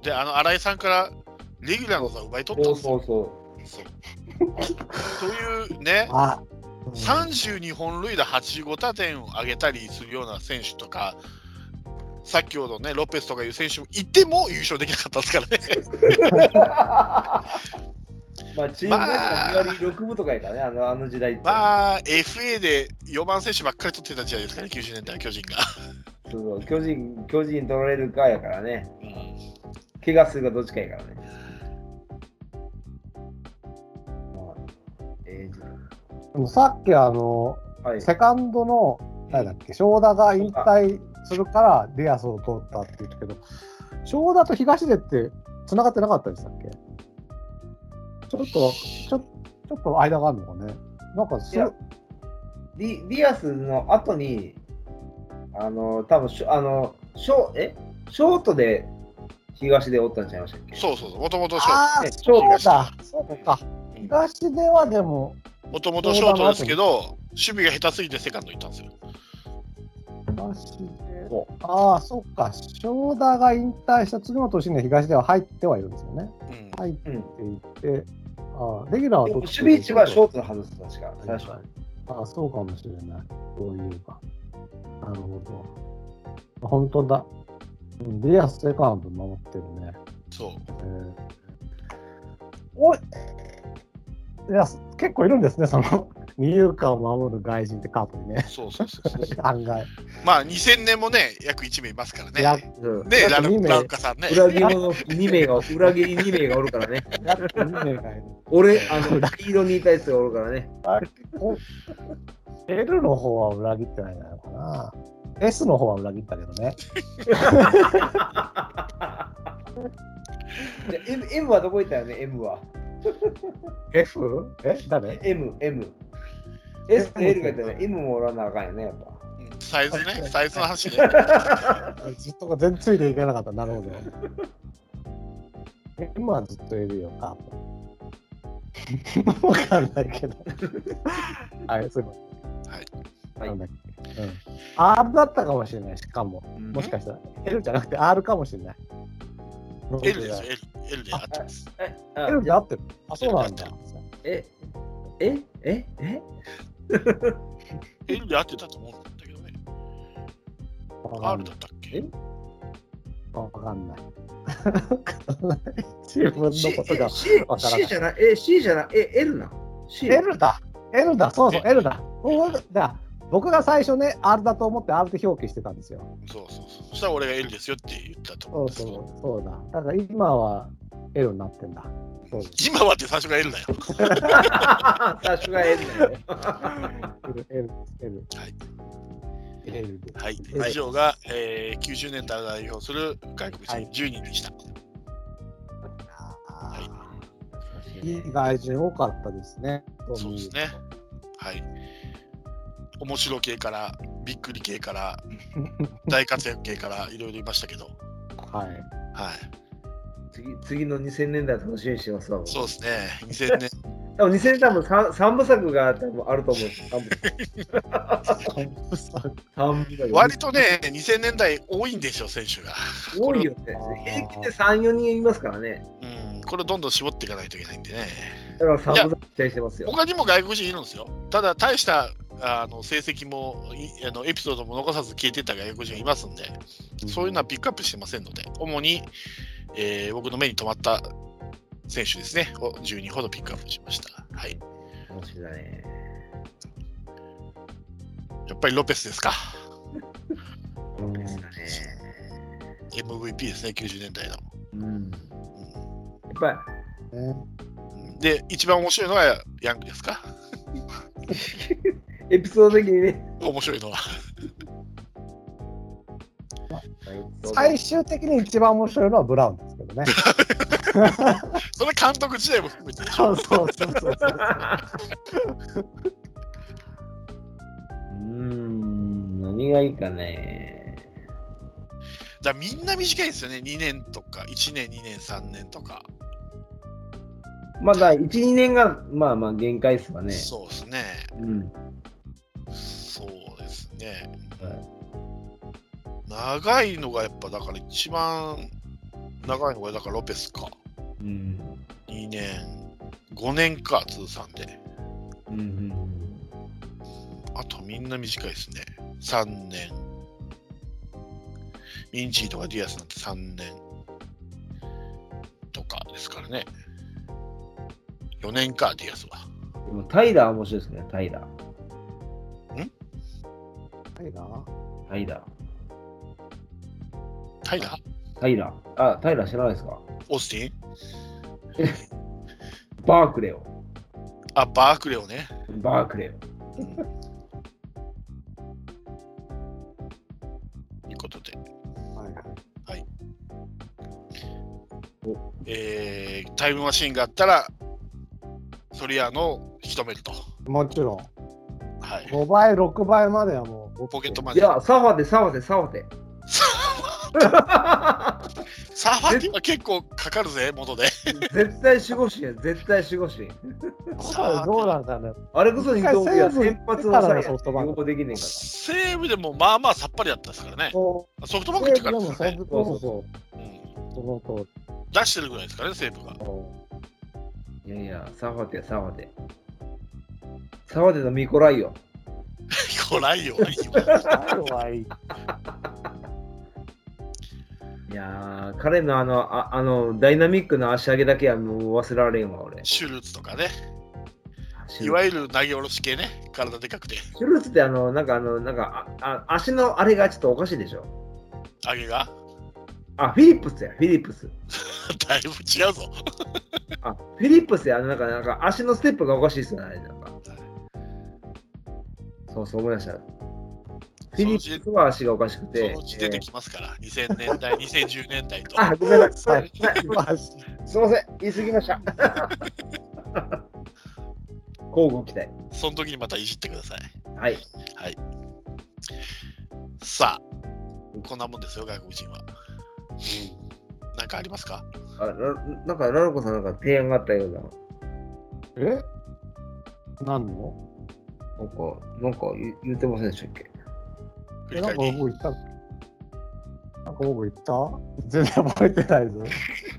で、あの新井さんからレギュラーの座を奪い取ったんですよ。 そうそうそう。というね、 あ、うん、 さんじゅうにほん塁打はちじゅうごだてんを上げたりするような選手とか、先ほどね、ロペスとかいう選手もいても優勝できなかったですからね。 まあ、チームがにわりろくぶとかやからね、あのあの時代って。 まあ、エフエー でよばん選手ばっかり取ってた時代ですかね、きゅうじゅうねんだい、巨人が。 そうそう、巨人、巨人取られるかやからね。うん、怪我するかどっちかやからね。まあ、えー、 でもさっきあの、はい、セカンドの、誰だっけ、正田が引退するからディアスを取ったって言ったけど、正田と東出って繋がってなかったでしたっけ？ちょっと、ちょ、ちょっと間があるのかね。なんかすディ、ディアスの後に、あの、多分あの、ショえショートで東出おったんちゃいましたっけ？ そうそうそう、もともとショート。ああ、そうだ、そうか。東出はでも、 もともとショートですけど、守備が下手すぎてセカンド行ったんですよ。 東出、ああ、そっか。正田が引退した次の年に東出は入ってはいるんですよね。うん、入っていって、ああ、レギュラーはどっち？ 守備位置はショートのはずです、確か。最初は。 ああ、そうかもしれない。そういうか。なるほど。本当だ。ディアスセカンド守ってるね。 そう。えー、 おい、いや、結構いるんですね、その二遊間を守る外人ってカープにね。 そうそうそうそう。 案外。 まあにせんねんもね、約いちめいいますからね。 やね、ラルラウカさんね。 裏切りのにめいが、裏切りにめいがおるからね。 にめいがいる。 俺、あの、黄色にいたやつがおるからね。 L の方は裏切ってないのかな。S の方は裏切ったけどね。 M, M はどこ行ったよね、M は。 F？ え誰 ?M、M。S と L がいったら M もおらなあかんよね、やっぱ。 サイズね、サイズの話ね。 ずっと全然ついていけなかった、なるほど。M はずっといるよ、カープ。わかんないけど。はい、すいません。はい。なんだっけ、うん、R だったかもしれない、しかも。もしかしたら L じゃなくて R かもしれない。 L です、L。L で合ってます。 L で合ってる。あ、そうなんだ。 ええええ L で合ってたと思うんだけどね。R だったっけ？ わかんない。自分のことがわからない。 C じゃない、え、C じゃない、え、L な。 L だ。L だ、そうそう、L だ。だ僕が最初ね、R だと思って R で表記してたんですよ。 そうそうそう。そしたら俺が L ですよって言ったと思うんですけど。 そうそう、そうだ。だから今は L になってんだ。 そう今はって最初が L だよ。 最初が L だよ。 L、L、L。 はい。 L で。 はい。以上が、えー、きゅうじゅうねんだいを代表する外国人じゅうにんでした。 はい。いい外人多かったですね。 そうですね。はい。面白系からびっくり系から大活躍系からいろいろいましたけど、 はい。 はい。 次次のにせんねんだい楽しみにしてますわ。 そうですね。にせんねん。 多分にせんねんだいも 3, 三部作が多分あると思うんです。三部作。 割とね、にせんねんだい多いんでしょ、選手が。 多いよね。平均でさん、よにんいますからね。 うん、これをどんどん絞っていかないといけないんでね。 だからさん部作期待してますよ。 他にも外国人いるんですよ。ただ、大したあの成績もいあのエピソードも残さず消えてた外国人がいますんで、そういうのはピックアップしてませんので、主に、えー、僕の目に留まった選手ですね、をじゅうにんほどピックアップしました。はい。 面白いね。 やっぱりロペスですか。 そうですね。 エムブイピー ですね、きゅうじゅうねんだいの。 うん。うん、やっぱり、 ね、 で、一番面白いのはヤングですか。 エピソード的にね。 面白いのは。 最終的に一番面白いのはブラウンですけどね。 それ監督時代も含めてでしょ。 そうそうそうそう。 うーん、何がいいかね。 だからみんな短いですよね、にねんとか、いちねん、にねん、さんねんとか。 まだいち、にねんがまあまあ限界ですかね。 そうですね。 うん。 そうですね。 はい、 長いのがやっぱだから一番長いのがだからロペスか。 うん。 にねん、ごねんか、通算で。 うんうん。 あとみんな短いですね。さんねん。ミンチーとかディアスなんてさんねんとかですからね。よねんか、ディアスは。 でもタイラー面白いですね、タイラー。 んタイラータイラー。 タイラータイラー。あ、タイラー知らないですか？ オースティンバークレオ。 あ、バークレオね。 バークレオ。 うん、いうことで。 はいはい。 おえー、タイムマシーンがあったら、ソリアーノを引き止めると。 もちろん。 はい。 ごばい、ろくばいまではもう。 ポケットマネー。 いや、サファテ、サファテ、サファテ。 サーファーティは結構かかるぜ、元で。 絶対守護神や、絶対守護神。 どうなんだね。 あれこそ二刀流や、先発のさ、 ソフトバンク両方できねえか西武でもまあまあさっぱりだったですからね。ソフトバンクってからですからね。 そうそうそう。 うん、出してるぐらいですからね、西武が。 いやいや、サファテや、サファテ。サファテのミコライオ。 ミコライオはいい。 いやー、彼のあの、あ, あのダイナミックな足上げだけはもう忘れられんわ、俺。 シュルーツとかね。いわゆる投げ下ろし系ね。体でかくて。 シュルーツってあの、なんかあの、なんかああ足のあれがちょっとおかしいでしょ。 上げがあ、フィリップスや、フィリップス。 だいぶ違うぞ。 あ、フィリップスや、なんか、なんか足のステップがおかしいですよね、なんか。そうそう思いました。フィリップスは足がおかしくて。 そのうち出てきますから、えー、にせんねんだい、にせんじゅうねんだいと。 あ、ごめんなさい。すみません、言い過ぎました。交互期待。 その時にまたいじってください。 はい。 はい。さあ、こんなもんですよ、外国人は。何かありますか？ あ、なんか、ラロコさんなんか提案があったような。 え？何の？ なんか、なんか言, 言ってませんでしたっけ？ え、なんか僕言った？なんか僕言った？全然覚えてないぞ。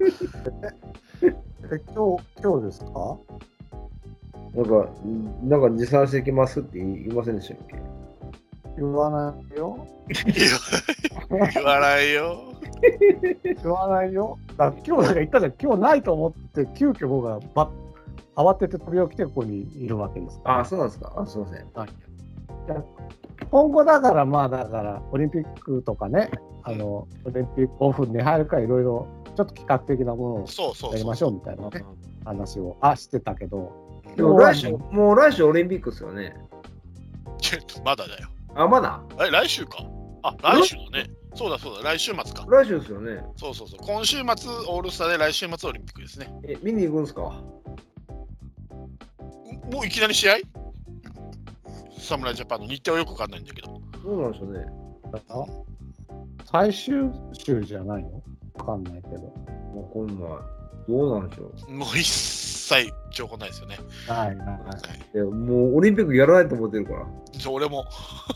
え、今日、今日ですか？ なんか、なんか持参してきますって言いませんでしたっけ？ 言わないよ。 言わないよ。 言わないよ。だ今日なんか言ったじゃん、今日ないと思って、急遽僕がば慌てて飛び起きてここにいるわけですから。 あ、そうなんですか。あ、すいません。 はい、今後だからまあだからオリンピックとかね、あのオリンピックオフに入るからいろいろちょっと企画的なものをやりましょうみたいなね話をあしてたけど、 でも来週もう来週オリンピックですよね。 ちょっとまだだよ。 あ、まだ？ え、来週か。あ、来週だね。そうだそうだ、来週末か。 来週ですよね。 そうそうそう。今週末オールスターで来週末オリンピックですね。 え、見に行くんですか？ もういきなり試合？ 侍ジャパンの日程はよくわかんないんだけど。 そうなんでしょうね。 最終週じゃないの？わかんないけど。 わかんない。どうなんでしょう。 もう一切情報ないですよね。 はいはい。 はいいやもうオリンピックやらないと思ってるから。 そう俺も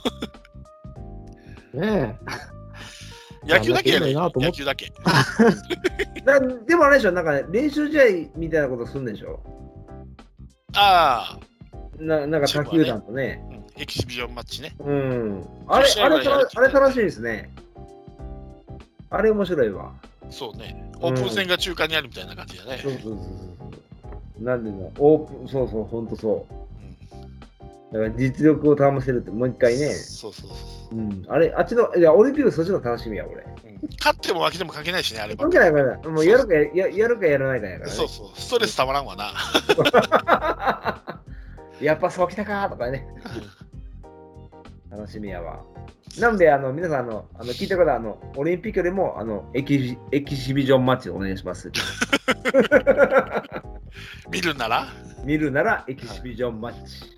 ね野球だけやるいやもっといいなと思っ野球だけ。 なでもあれでしょ、なんか、ね、練習試合みたいなことするんでしょ。 ああ、 ななんか他球団とね。 うん、エキシビジョンマッチね。 うん。あれ、あれ、あれ楽しいですね。あれ面白いわ。 そうね。オープン戦が中間にあるみたいな感じだね。 そうそうそうそう。なんでだ、オープン、そうそう、ほんとそう。だから実力を保せるってもう一回ね。 そうそうそううん。あれ、あっちの、いや、オリンピックそっちの楽しみや、俺。 うん、勝っても負けても関係ないしね、あれば。 関係ないから、もうやるかややるかやらないかやから、ね。 そうそう、ストレスたまらんわな。 やっぱそうきたかとかね。楽しみやわ。なんで、あの、皆さん、あの、あの聞いた方、あの、オリンピックでも、あの、エキエキシビジョンマッチお願いします。 見るなら見るなら、エキシビジョンマッチ。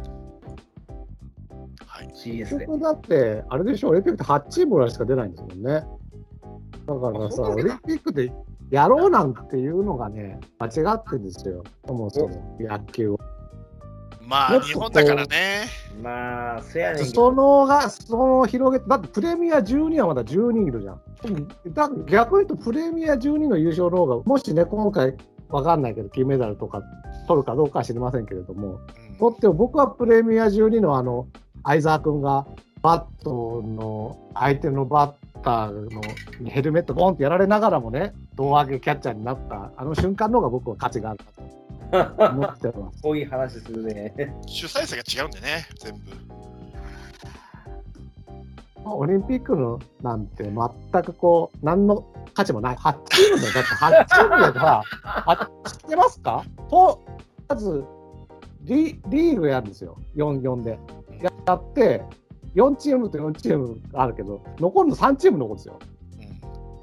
はい。 シーエス で。 だって、あれでしょ、オリンピックってはちチームぐらいしか出ないんですもんね。だからさ、オリンピックでやろうなんていうのがね、間違ってるんですよ、そもそも野球を。 まあ、日本だからね。 まあ、せやねんけど。 そのが、その広げて、だってプレミアじゅうにはまだじゅうにいるじゃん。だ逆に言うと、プレミアじゅうにの優勝の方が、もしね、今回、わかんないけど、金メダルとか取るかどうかは知りませんけれども、 うん、 とっても僕はプレミアじゅうにのあの、相澤君がバットの相手のバッターのヘルメットボンってやられながらもね、胴上げキャッチャーになったあの瞬間の方が僕は価値があるかと思ってます。 そういう話するね。 主催者が違うんでね、全部。 オリンピックのなんて全くこう何の価値もない。はちチームでだってはちチームでさ、知ってますか？とまずリリーグやるんですよ。よん、よんでやってよんチームとよんチームあるけど残るのさんチーム残るんですよ。うん、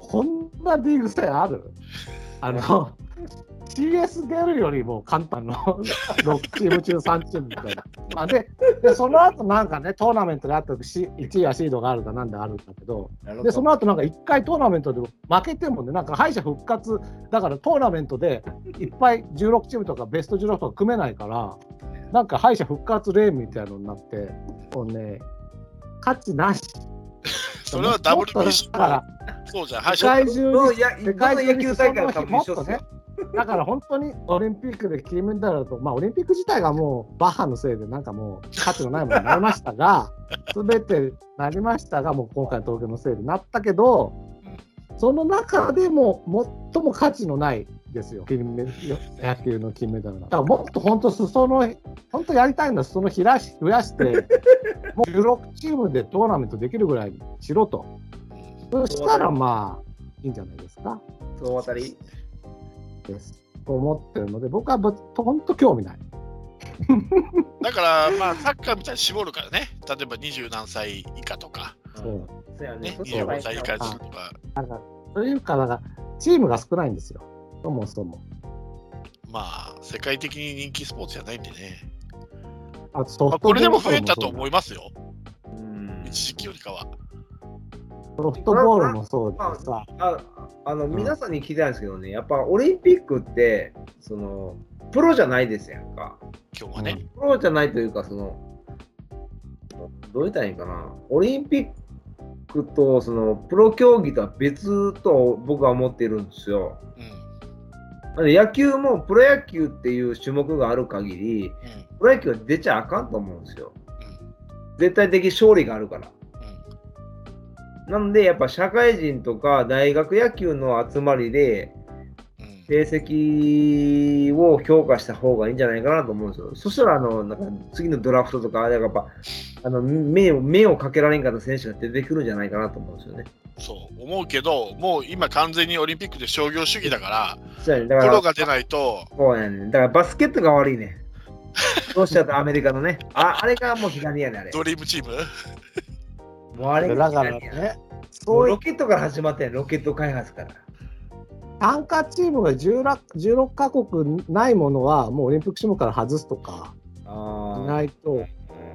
こんなリーグ戦ある？あのシーエス 出るよりも簡単のろくチーム中さんチームみたいな。まあ、で, でその後なんかねトーナメントであったいちいはシードがあるかなんであるんだけど、でその後なんかいっかいトーナメントで負けてもね、なんか敗者復活だからトーナメントでいっぱいじゅうろくチームとかベストじゅうろくとか組めないから、なんか敗者復活レーンみたいなのになって、もうね価値なし。 それは ダブリュービーシーだからそうじゃん。 世界中に世界中野球大会の多分一緒ですよ。 だから本当にオリンピックで金メダルだと、まあオリンピック自体がもうバッハのせいでなんかもう価値のないものになりましたが、すべてなりましたが、もう今回の東京のせいでなったけど、その中でも最も価値のないですよ、金メ野球の金メダルが。だからもっと本当裾の本当やりたいのは裾野増やし増やして、もうじゅうろくチームでトーナメントできるぐらいにしろと。そしたらまあいいんじゃないですか。 そう渡り。 ですと思ってるので、僕は本当興味ない。 だからまあサッカーみたいに絞るからね、例えば二十何歳以下とか、 そうそうやね、 にじゅうごさい以下とか。 なんかというか、なんかチームが少ないんですよ、そもそも。 まあ世界的に人気スポーツじゃないんでね。 あソまあ、これでも増えたと思いますよ。 うん、 一時期よりかは。 ソフトボールもそうでさ、 ああの皆さんに聞きたいんですけどね、やっぱオリンピックってそのプロじゃないですやんか。 今日はね、 プロじゃないというか、そのどう言ったらいいかな、オリンピックとそのプロ競技とは別と僕は思っているんですよ。うん、野球もプロ野球っていう種目がある限り、うん、プロ野球は出ちゃあかんと思うんですよ。うん、絶対的勝利があるから。なのでやっぱ社会人とか大学野球の集まりで成績を評価した方がいいんじゃないかなと思うんですよ。そしたらあのなんか次のドラフトとかやっぱあの 目, を目をかけられんかった選手が出てくるんじゃないかなと思うんですよね。 そう思うけど、もう今完全にオリンピックで商業主義だから、 そうやね、だからプロが出ないと。 そうやね、だからバスケットが悪いね。ロシアとアメリカのね、あ, あれがもう左やね、あれ。 ドリームチームもうあれだからね、 そうロケットから始まってん、ロケット開発から。 参加チームがじゅうろくカ国ないものはもうオリンピック種目から外すとかしないと、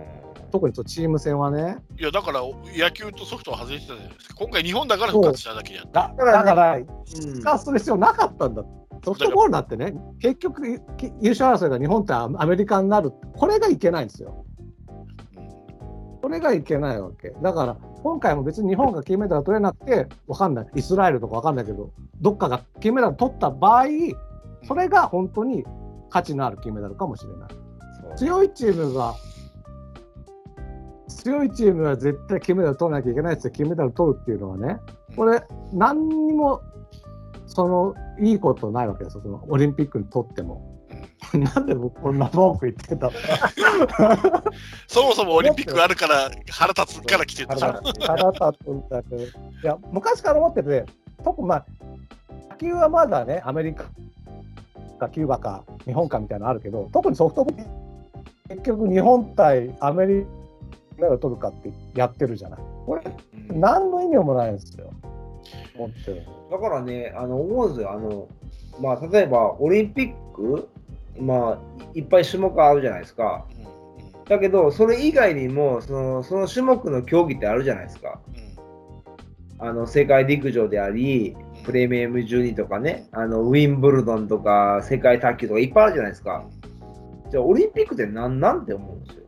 特にチーム戦はね。 いやだから野球とソフトは外れてたじゃないですか。今回日本だから復活しただけやだだから、ね、復活する必要なかったんだ。ソフトボールだってね、結局優勝争いが日本とアメリカになる、これがいけないんですよ。これがいけないわけ。だから今回も別に日本が金メダル取れなくて、わかんない、イスラエルとかわかんないけど、どっかが金メダル取った場合、それが本当に価値のある金メダルかもしれない。強いチームが、強いチームは絶対金メダル取らなきゃいけないって金メダル取るっていうのはね、これ、何にもそのいいことないわけですよ、そのオリンピックにとっても。なんで僕こんな文句言ってたのそもそもオリンピックあるから腹立つから来てたじゃん。 腹立つんだけど、いや昔から思ってて、特にまあ野球はまだね、アメリカかキューバか日本かみたいなのあるけど、特にソフトボール結局日本対アメリカを取るかってやってるじゃない。これ、うん、何の意味もないんですよ。思ってる。 だからね、あの思うんですよ。あのまあ例えばオリンピック、まあいっぱい種目あるじゃないですか。だけどそれ以外にもそのその種目の競技ってあるじゃないですか。あの世界陸上であり、プレミアムじゅうにとかね、あのウィンブルドンとか世界卓球とかいっぱいあるじゃないですか。じゃあオリンピックって何なんて思うんですよ。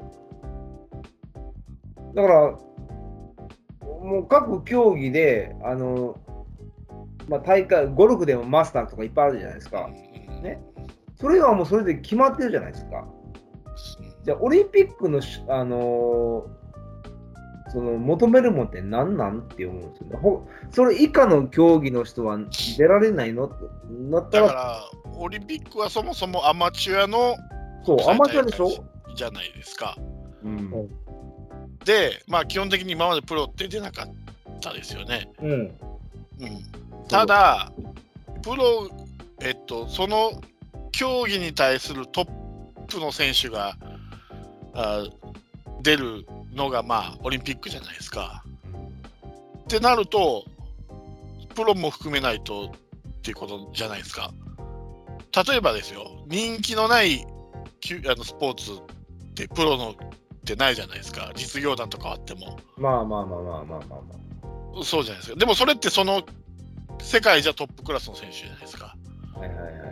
だからもう各競技であの、まあ、大会ゴルフでもマスターとかいっぱいあるじゃないですか。ね、それはもうそれで決まってるじゃないですか。じゃあオリンピックの、あのー、その求めるもんって何なんって思うんですよね。ほそれ以下の競技の人は出られないのってなったら、 だからオリンピックはそもそもアマチュアのそうアマチュアでしょじゃないですか。 うん、 で、まあ基本的に今までプロって出なかったですよね。 うんうん、 ただプロ、えっとその競技に対するトップの選手があ出るのがまあオリンピックじゃないですか。ってなるとプロも含めないとっていうことじゃないですか。例えばですよ、人気のないあのスポーツってプロのってないじゃないですか。実業団とかあっても。 まあまあまあまあまあまあまあ。そうじゃないですか。でもそれってその世界じゃトップクラスの選手じゃないですか。 はいはいはいはい。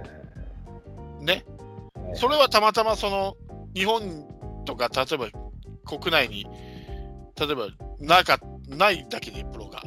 ね。それはたまたまその日本とか例えば国内に例えばなかないだけでプロが、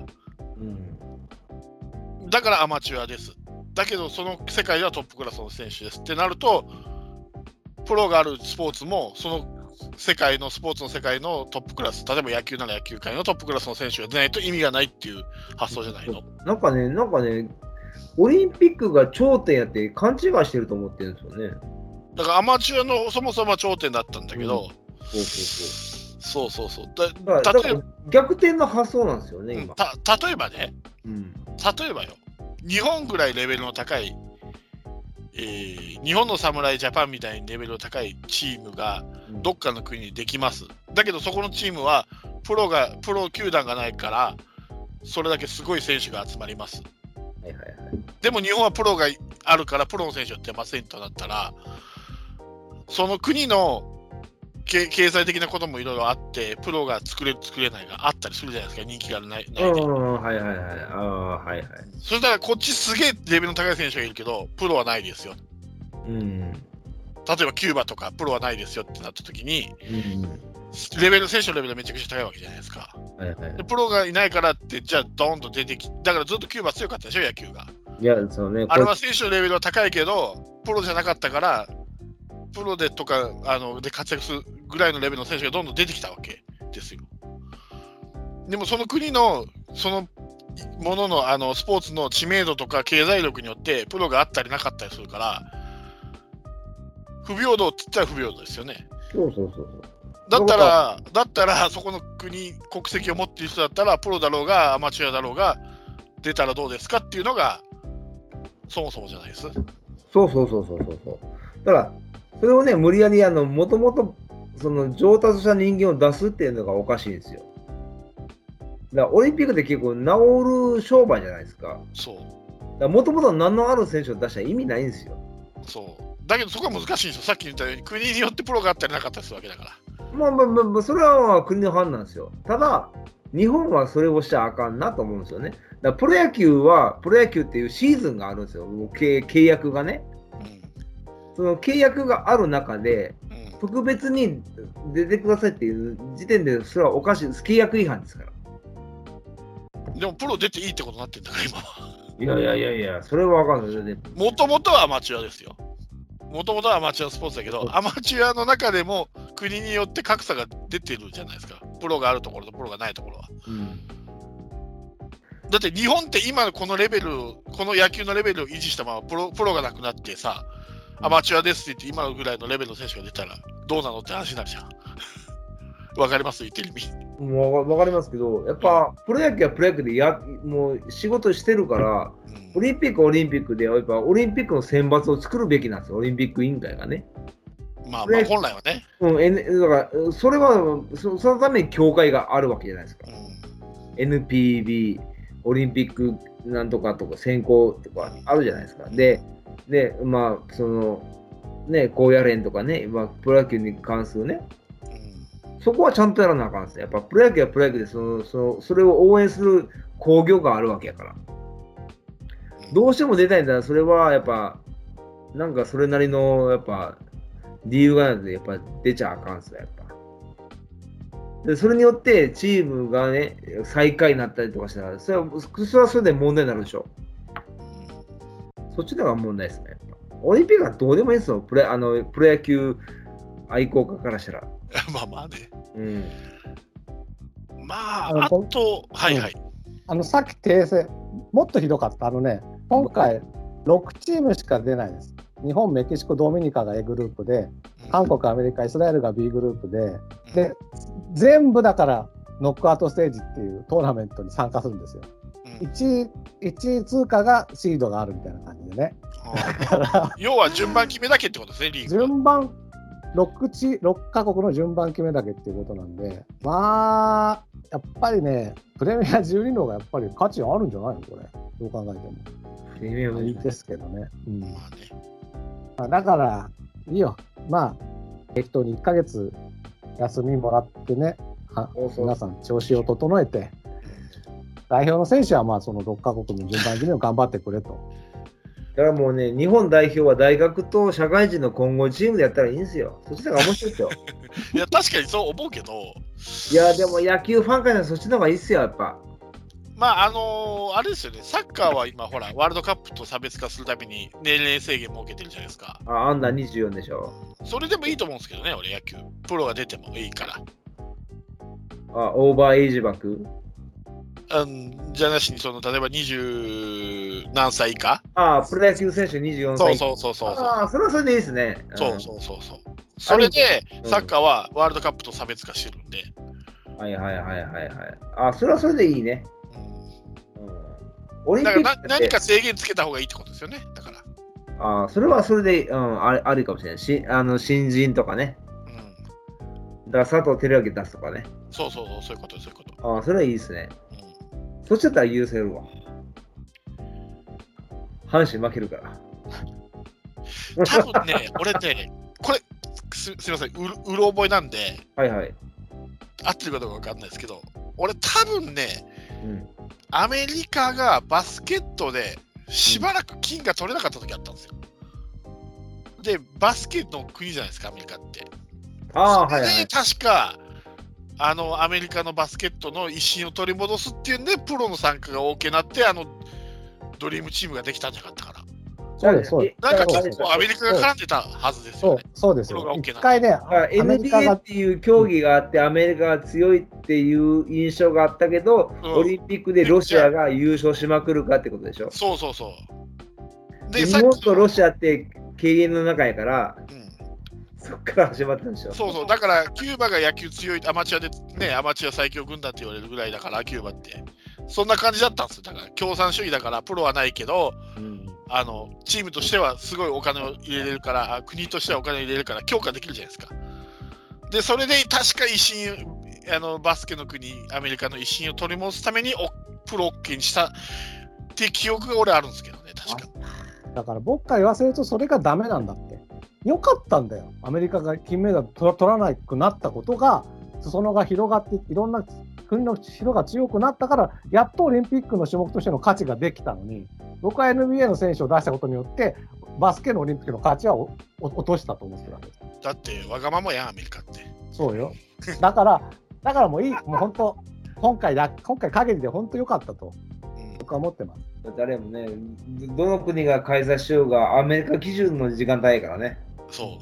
うん、だからアマチュアです。だけどその世界ではトップクラスの選手ですってなると、プロがあるスポーツもその世界のスポーツの世界のトップクラス、例えば野球なら野球界のトップクラスの選手が出ないと意味がないっていう発想じゃないの。 なんかね、なんかね、オリンピックが頂点やって勘違いしてると思ってるんですよね。 だからアマチュアのそもそもは頂点だったんだけど、 うん、そうそうそうそう。 だだ例えば逆転の発想なんですよね、今。 た例えばね、うん、例えばよ、日本ぐらいレベルの高い、えー、日本の侍ジャパンみたいにレベルの高いチームがどっかの国にできます。だけどそこのチームはプロがプロ球団がないからそれだけすごい選手が集まります。 はいはいはい、 でも日本はプロがあるからプロの選手は出ませんとなったら、その国の経済的なこともいろいろあってプロが作れる作れないがあったりするじゃないですか、人気がないないで。 はいはいはい。あはいはい。 そしたらこっちすげえレベルの高い選手がいるけどプロはないですよ。 うん。 例えばキューバとかプロはないですよってなった時に、 うん、 レベル選手のレベルがめちゃくちゃ高いわけじゃないですか。 はいはい、 でプロがいないからってじゃあドーンと出てきだからずっとキューバ強かったでしょ、野球が。 いやそうね。 あれは選手のレベルは高いけどプロじゃなかったから、プロでとかあので活躍するぐらいのレベルの選手がどんどん出てきたわけですよ。でもその国のそのもののあのスポーツの知名度とか経済力によってプロがあったりなかったりするから、不平等って言ったら不平等ですよね。 そうそうそうそう。 だったらだったらそこの国国籍を持っている人だったらプロだろうがアマチュアだろうが出たらどうですかっていうのがそもそもじゃないです。そうそうそうそうそうそう。だからそれをね無理やりあのもともとその上達した人間を出すっていうのがおかしいんですよ。だからオリンピックって結構治る商売じゃないですか。 そう。 だからもともと何のある選手を出したら意味ないんですよ。 そう。だけどそこは難しいんですよ。さっき言ったように国によってプロがあったりなかったりするわけだから。 まあまあまあ、それは国の判断ですよ。ただ、日本はそれをしちゃあかんなと思うんですよね。だからプロ野球は、プロ野球っていうシーズンがあるんですよ、もう契契約がね。その契約がある中で、特別に出てくださいっていう時点で、それはおかしいです。契約違反ですから。 でもプロ出ていいってことになってんだから今は。 いやいやいやいや、それはわかんないね。 もともとはアマチュアですよ。もともとはアマチュアスポーツだけど、アマチュアの中でも国によって格差が出てるじゃないですか。プロがあるところとプロがないところは。うん、だって日本って今のこのレベル、この野球のレベルを維持したままプロ、プロがなくなってさ、アマチュアですって言って今のぐらいのレベルの選手が出たらどうなのって話になるじゃん。わかります言ってる意味。 もうわかりますけど、やっぱプロ野球はプロ野球でやもう仕事してるから、うん、オリンピックはオリンピックでやっぱオリンピックの選抜を作るべきなんですよ、オリンピック委員会がね。 まあ、まあ本来はね。 うん、N、だからそれはそ、そのために協会があるわけじゃないですか。うん、エヌピービー、オリンピックなんとかとか選考とかあるじゃないですか。で、でまあ、その、ね、高野連とかね、まあ、プロ野球に関するね、そこはちゃんとやらなあかんですよ。やっぱプロ野球はプロ野球でそのそのそれを応援する興行があるわけやから。どうしても出たいんだら、それはやっぱ、なんかそれなりのやっぱ理由がないとやっぱ出ちゃあかんすよ、やっぱ。で、それによってチームがね、最下位になったりとかしたら、それはそれはそれで問題になるでしょ。そっちの方が問題ですね。オリンピックはどうでもいいですよ、プロ、あのプロ野球愛好家からしたら。 まあまあね。 うん、 まあ、あと、はいはい。 あの、さっき訂正、もっとひどかった。あのね、今回、ろくチームしか出ないです。日本、メキシコ、ドミニカが A グループで、韓国、アメリカ、イスラエルが B グループで、で、全部だからノックアウトステージっていうトーナメントに参加するんですよ。いちい、いちい通過がシードがあるみたいな感じでね。 要は順番決めだけってことですね、リーグ。 順番ろくチ、ろっカ国の順番決めだけっていうことなんで、まあ、やっぱりね、プレミアじゅうにの方がやっぱり価値あるんじゃないのこれ。どう考えても。 プレミアムいいですけどね。うん。まあ、だから、いいよ。まあ、適当にいっかげつ休みもらってね、は皆さん調子を整えて、代表の選手はまあそのろっカ国の順番決めを頑張ってくれと。 だからもうね、日本代表は大学と社会人の混合チームでやったらいいんですよ。そっちの方が面白いですよ。 いや、確かにそう思うけど。 いや、でも野球ファンからそっちの方がいいっすよ、やっぱ。 まあ、あのー、あれですよね、サッカーは今、ほら、ワールドカップと差別化するために年齢制限設けてるじゃないですか。 あ、アンダーにじゅうよんでしょ。 それでもいいと思うんですけどね、俺、野球。プロが出てもいいから。 あ、オーバーエイジ枠うん、じゃなしにその例えばにじゅう何歳以下。 ああ、プロ野球選手にじゅうよんさい。 そうそうそうそう。 ああ、それはそれでいいですね。 そうそうそうそう。それで、サッカーはワールドカップと差別化してるんで。 はいはいはいはいはい。ああ、それはそれでいいね。 うん。うん、オリンピックだから何か制限つけた方がいいってことですよね。だから。 ああ、それはそれで、うん、あれあるかもしれない。しあの新人とかね。うん。だから佐藤輝明出すとかね。 そうそうそう、そういうこと、そういうこと。 ああ、それはいいですね。そっちだったら許せるわ。阪神負けるから。 多分ね、俺ね、これす、すみません、うる、うろ覚えなんで、 はいはい。 合ってるかどうかわかんないですけど、俺多分ね、 うん、 アメリカがバスケットでしばらく金が取れなかった時あったんですよ。で、バスケの国じゃないですか、アメリカって。 ああ、はいはい。 確か、あのアメリカのバスケットの威信を取り戻すっていうんでプロの参加が OK になってあのドリームチームができたんじゃなかったかな。 そうですそうです。 なんか結構アメリカが絡んでたはずですよね。 そうそうですよ。 一回ね、 エヌビーエー っていう競技があってアメリカが強いっていう印象があったけど、うん、オリンピックでロシアが優勝しまくるかってことでしょ。 そうそうそう。 で日本とロシアって経験の中やから。うん、そっから始まったんでしょ。 そうそう、だからキューバが野球強い、アマチュアでね、アマチュア最強軍団って言われるぐらいだから、キューバって、そんな感じだったんですよ。だから共産主義だから、プロはないけど、うん、あのチームとしてはすごいお金を入れれるから、国としてはお金を入れれるから、強化できるじゃないですか。で、それで確か威信、あのバスケの国、アメリカの威信を取り戻すためにおプロ OK にしたっていう記憶が俺あるんですけどね、確か。 だから僕から言わせると、それがダメなんだって。 良かったんだよ。アメリカが金メダル取ら取らなくなったことが、裾野が広がって、いろんな国の色が強くなったから、やっとオリンピックの種目としての価値ができたのに、僕は エヌビーエー の選手を出したことによって、バスケのオリンピックの価値はおお落としたと思ってるわけです。 だってわがままやん、アメリカって。 そうよ。だから、だからもういい、もう本当、今回だ、今回限りで本当良かったと、僕は思ってます。 誰もね、どの国が開催しようが、アメリカ基準の時間帯やからね。 そう。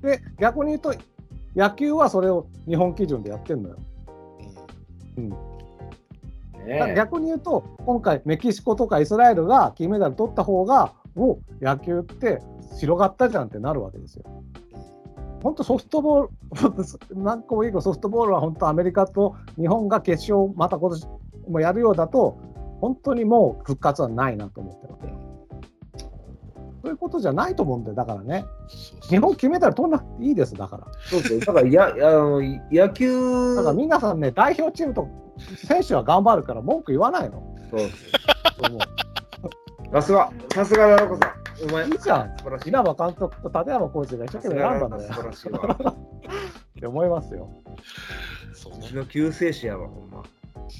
で、逆に言うと、野球はそれを日本基準でやってるのよ。うん。うんね、 だから逆に言うと、今回、メキシコとかイスラエルが金メダル取った方が、お野球って広がったじゃんってなるわけですよ。本当ソフトボール、何個もいいけど、ソフトボールは本当アメリカと日本が決勝、また今年もやるようだと、本当にもう復活はないなと思ってるわけ。そういうことじゃないと思うんだよ、だからね。日本金メダル取らなくていいです、だから。 そうそう、だからやあの野球。 だから皆さんね、代表チームと選手は頑張るから文句言わないの。 そうそう。さすが、さすがだろこさん。お前、 いいじゃん。稲葉監督と立山コーチが一生懸命選んだんだよ。 素晴らしいわ。 って思いますよ。 そうね。 うちの救世主やわ、ほんま。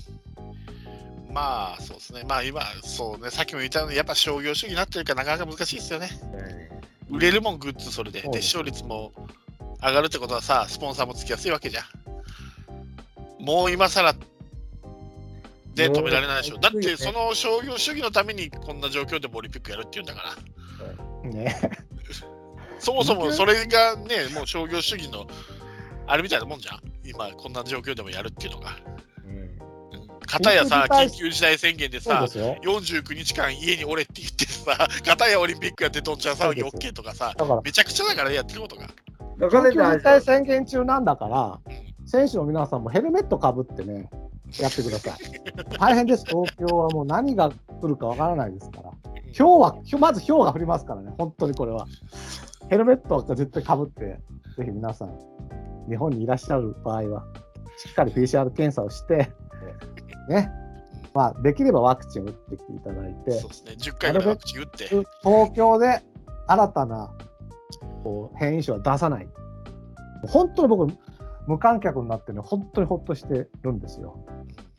まあそうですね、まあ今、そうね、さっきも言ったように、やっぱ商業主義になってるから、なかなか難しいですよね。うん、売れるもん、グッズ、それで、で視聴率も上がるってことはさ、スポンサーもつきやすいわけじゃん。もう今更で止められないでしょ。だって、その商業主義のためにこんな状況でもオリンピックやるっていうんだから。ね、そもそもそれがね、もう商業主義のあれみたいなもんじゃん。今、こんな状況でもやるっていうのが。かたやさ、緊急事態宣言でさ、よんじゅうくにちかん家におれって言ってさ、かたやオリンピックやってどんちゃん騒ぎ OK とかさ、めちゃくちゃだからね、やってることが。 緊急事態宣言中なんだから、うん、選手の皆さんもヘルメットかぶってね、やってください。大変です、東京はもう何が来るかわからないですから。ひょうは、まずひょうが降りますからね、本当にこれは。ヘルメットは絶対かぶって、ぜひ皆さん、日本にいらっしゃる場合は、しっかり ピーシーアール 検査をして、ね、まあ、できればワクチンを打ってきていただいて、 そうですね、じゅっかいぐらいワクチン打って、 東京で新たなこう変異種は出さない。本当に僕、無観客になってね、本当にほっとしてるんですよ。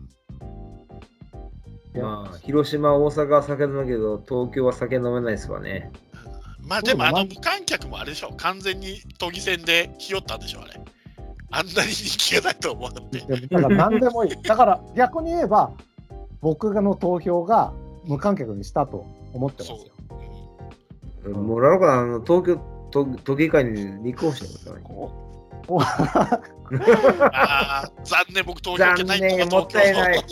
まあ、広島、大阪は酒飲むけど、東京は酒飲めないですわね。 まあでも、あの無観客もあれでしょ、完全に都議選で来よったんでしょ、あれ。あんなに人気がないと思うんで。 だから何でもいい。だから逆に言えば、僕の投票が無観客にしたと思ってますよ。 うん、もうラロカあの東京都都議会に立候補してますからね。 ああ、残念、僕投票受けないんだ。もったいない。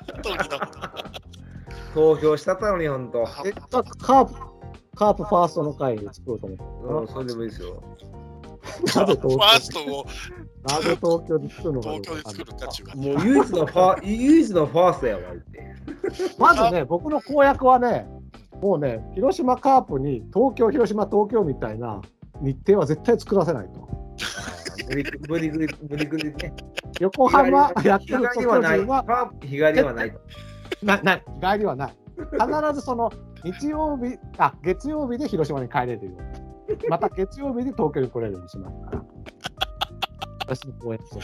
投票したったのに、ほんと。 えカープ、カープファーストの会作ろうと思って。 うん、それでもいいですよ。 ファーストをなぜ東京で作るのか。 東京で作るかっていうか。 もう唯一のファ唯一のファーストやわって。 まずね、僕の公約はね、もうね、広島カープに東京、広島、東京みたいな日程は絶対作らせないと。 無理無理無理無理無理ね。 横浜やってる日帰りはない。日帰りはない。 な、な、日帰りはない。必ずその日曜日、あ、月曜日で広島に帰れるように。また月曜日で東京に来れるようにしますから。私の公約そう。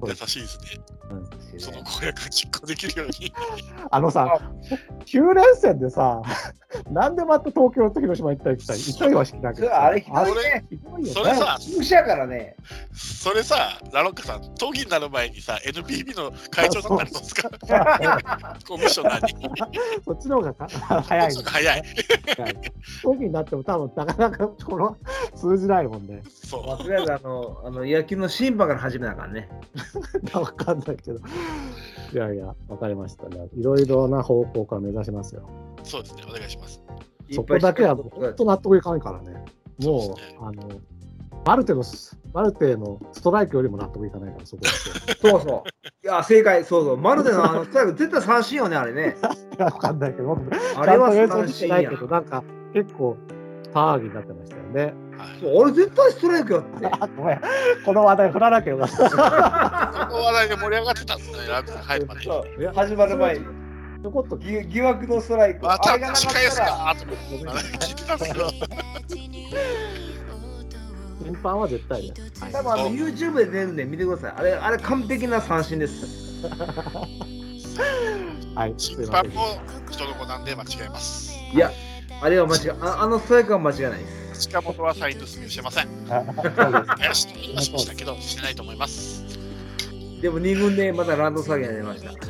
優しいですね。うん、その公約が実行できるように。 あのさ、きゅう連戦でさ、なんでまた東京と広島行ったり来たり、行ったりはしなくて。 あれひどいね。 それさ、 中止やからね。 それさ、ラロッカさん、都議になる前にさ、エヌピービー の会長だったりどうですか？コミッショナーに。 そっちの方が早い。 早い。 都議になっても多分なかなかこの通じないもんね。 そう。 とりあえずあのあの野球の審判から始めなあかんね。 わかんないけど。いやいや、わかりましたね。いろいろな方向から目指しますよ。 そうですね、お願いします。 そこだけは本当納得いかないからね。もう、ね、あの、マルテの、マルテのストライクよりも納得いかないから、そこだけ。 そうそう。いや、正解、そうそう。マルテのあのストライク、絶対三振よね、あれね。 わかんないけど、 あれは三振や。 なんか、結構、騒ぎになってましたよね。 そう、あれ絶対ストライクやって。 ごめん、この話題振らなきゃよかった。 この話題で盛り上がってたんですね、ラグビー入るまで。 始まる前に。 ちょこっと疑疑惑のストライク。 また近いですかと聞いてたんですけど。 審判は絶対だよ。はい、 多分あの YouTube で出るんで見てください。あれ、あれ完璧な三振です。 はい、 審判も人の子なんで間違えます。 いや、あれは間違い、あ, あのストライクは間違いないです。 近本はサイン盗みをしてません。林しましたけど、してないと思います。 でもに軍でまたランド下げが出ました。 はい。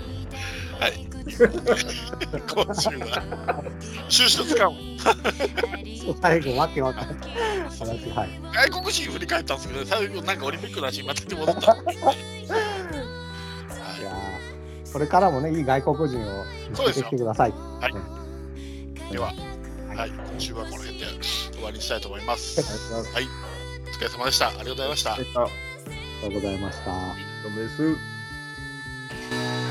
今週は収集つかん。 最後わけわかんない話、はい。 外国人振り返ったんですけど、最後なんかオリンピックの話にまた戻った。いやこれからもねいい外国人を見つけてきてください。 はい。では、はい、今週はこの辺で終わりにしたいと思います。はい。お疲れ様でした。ありがとうございました。 ありがとうございました。 どうもです。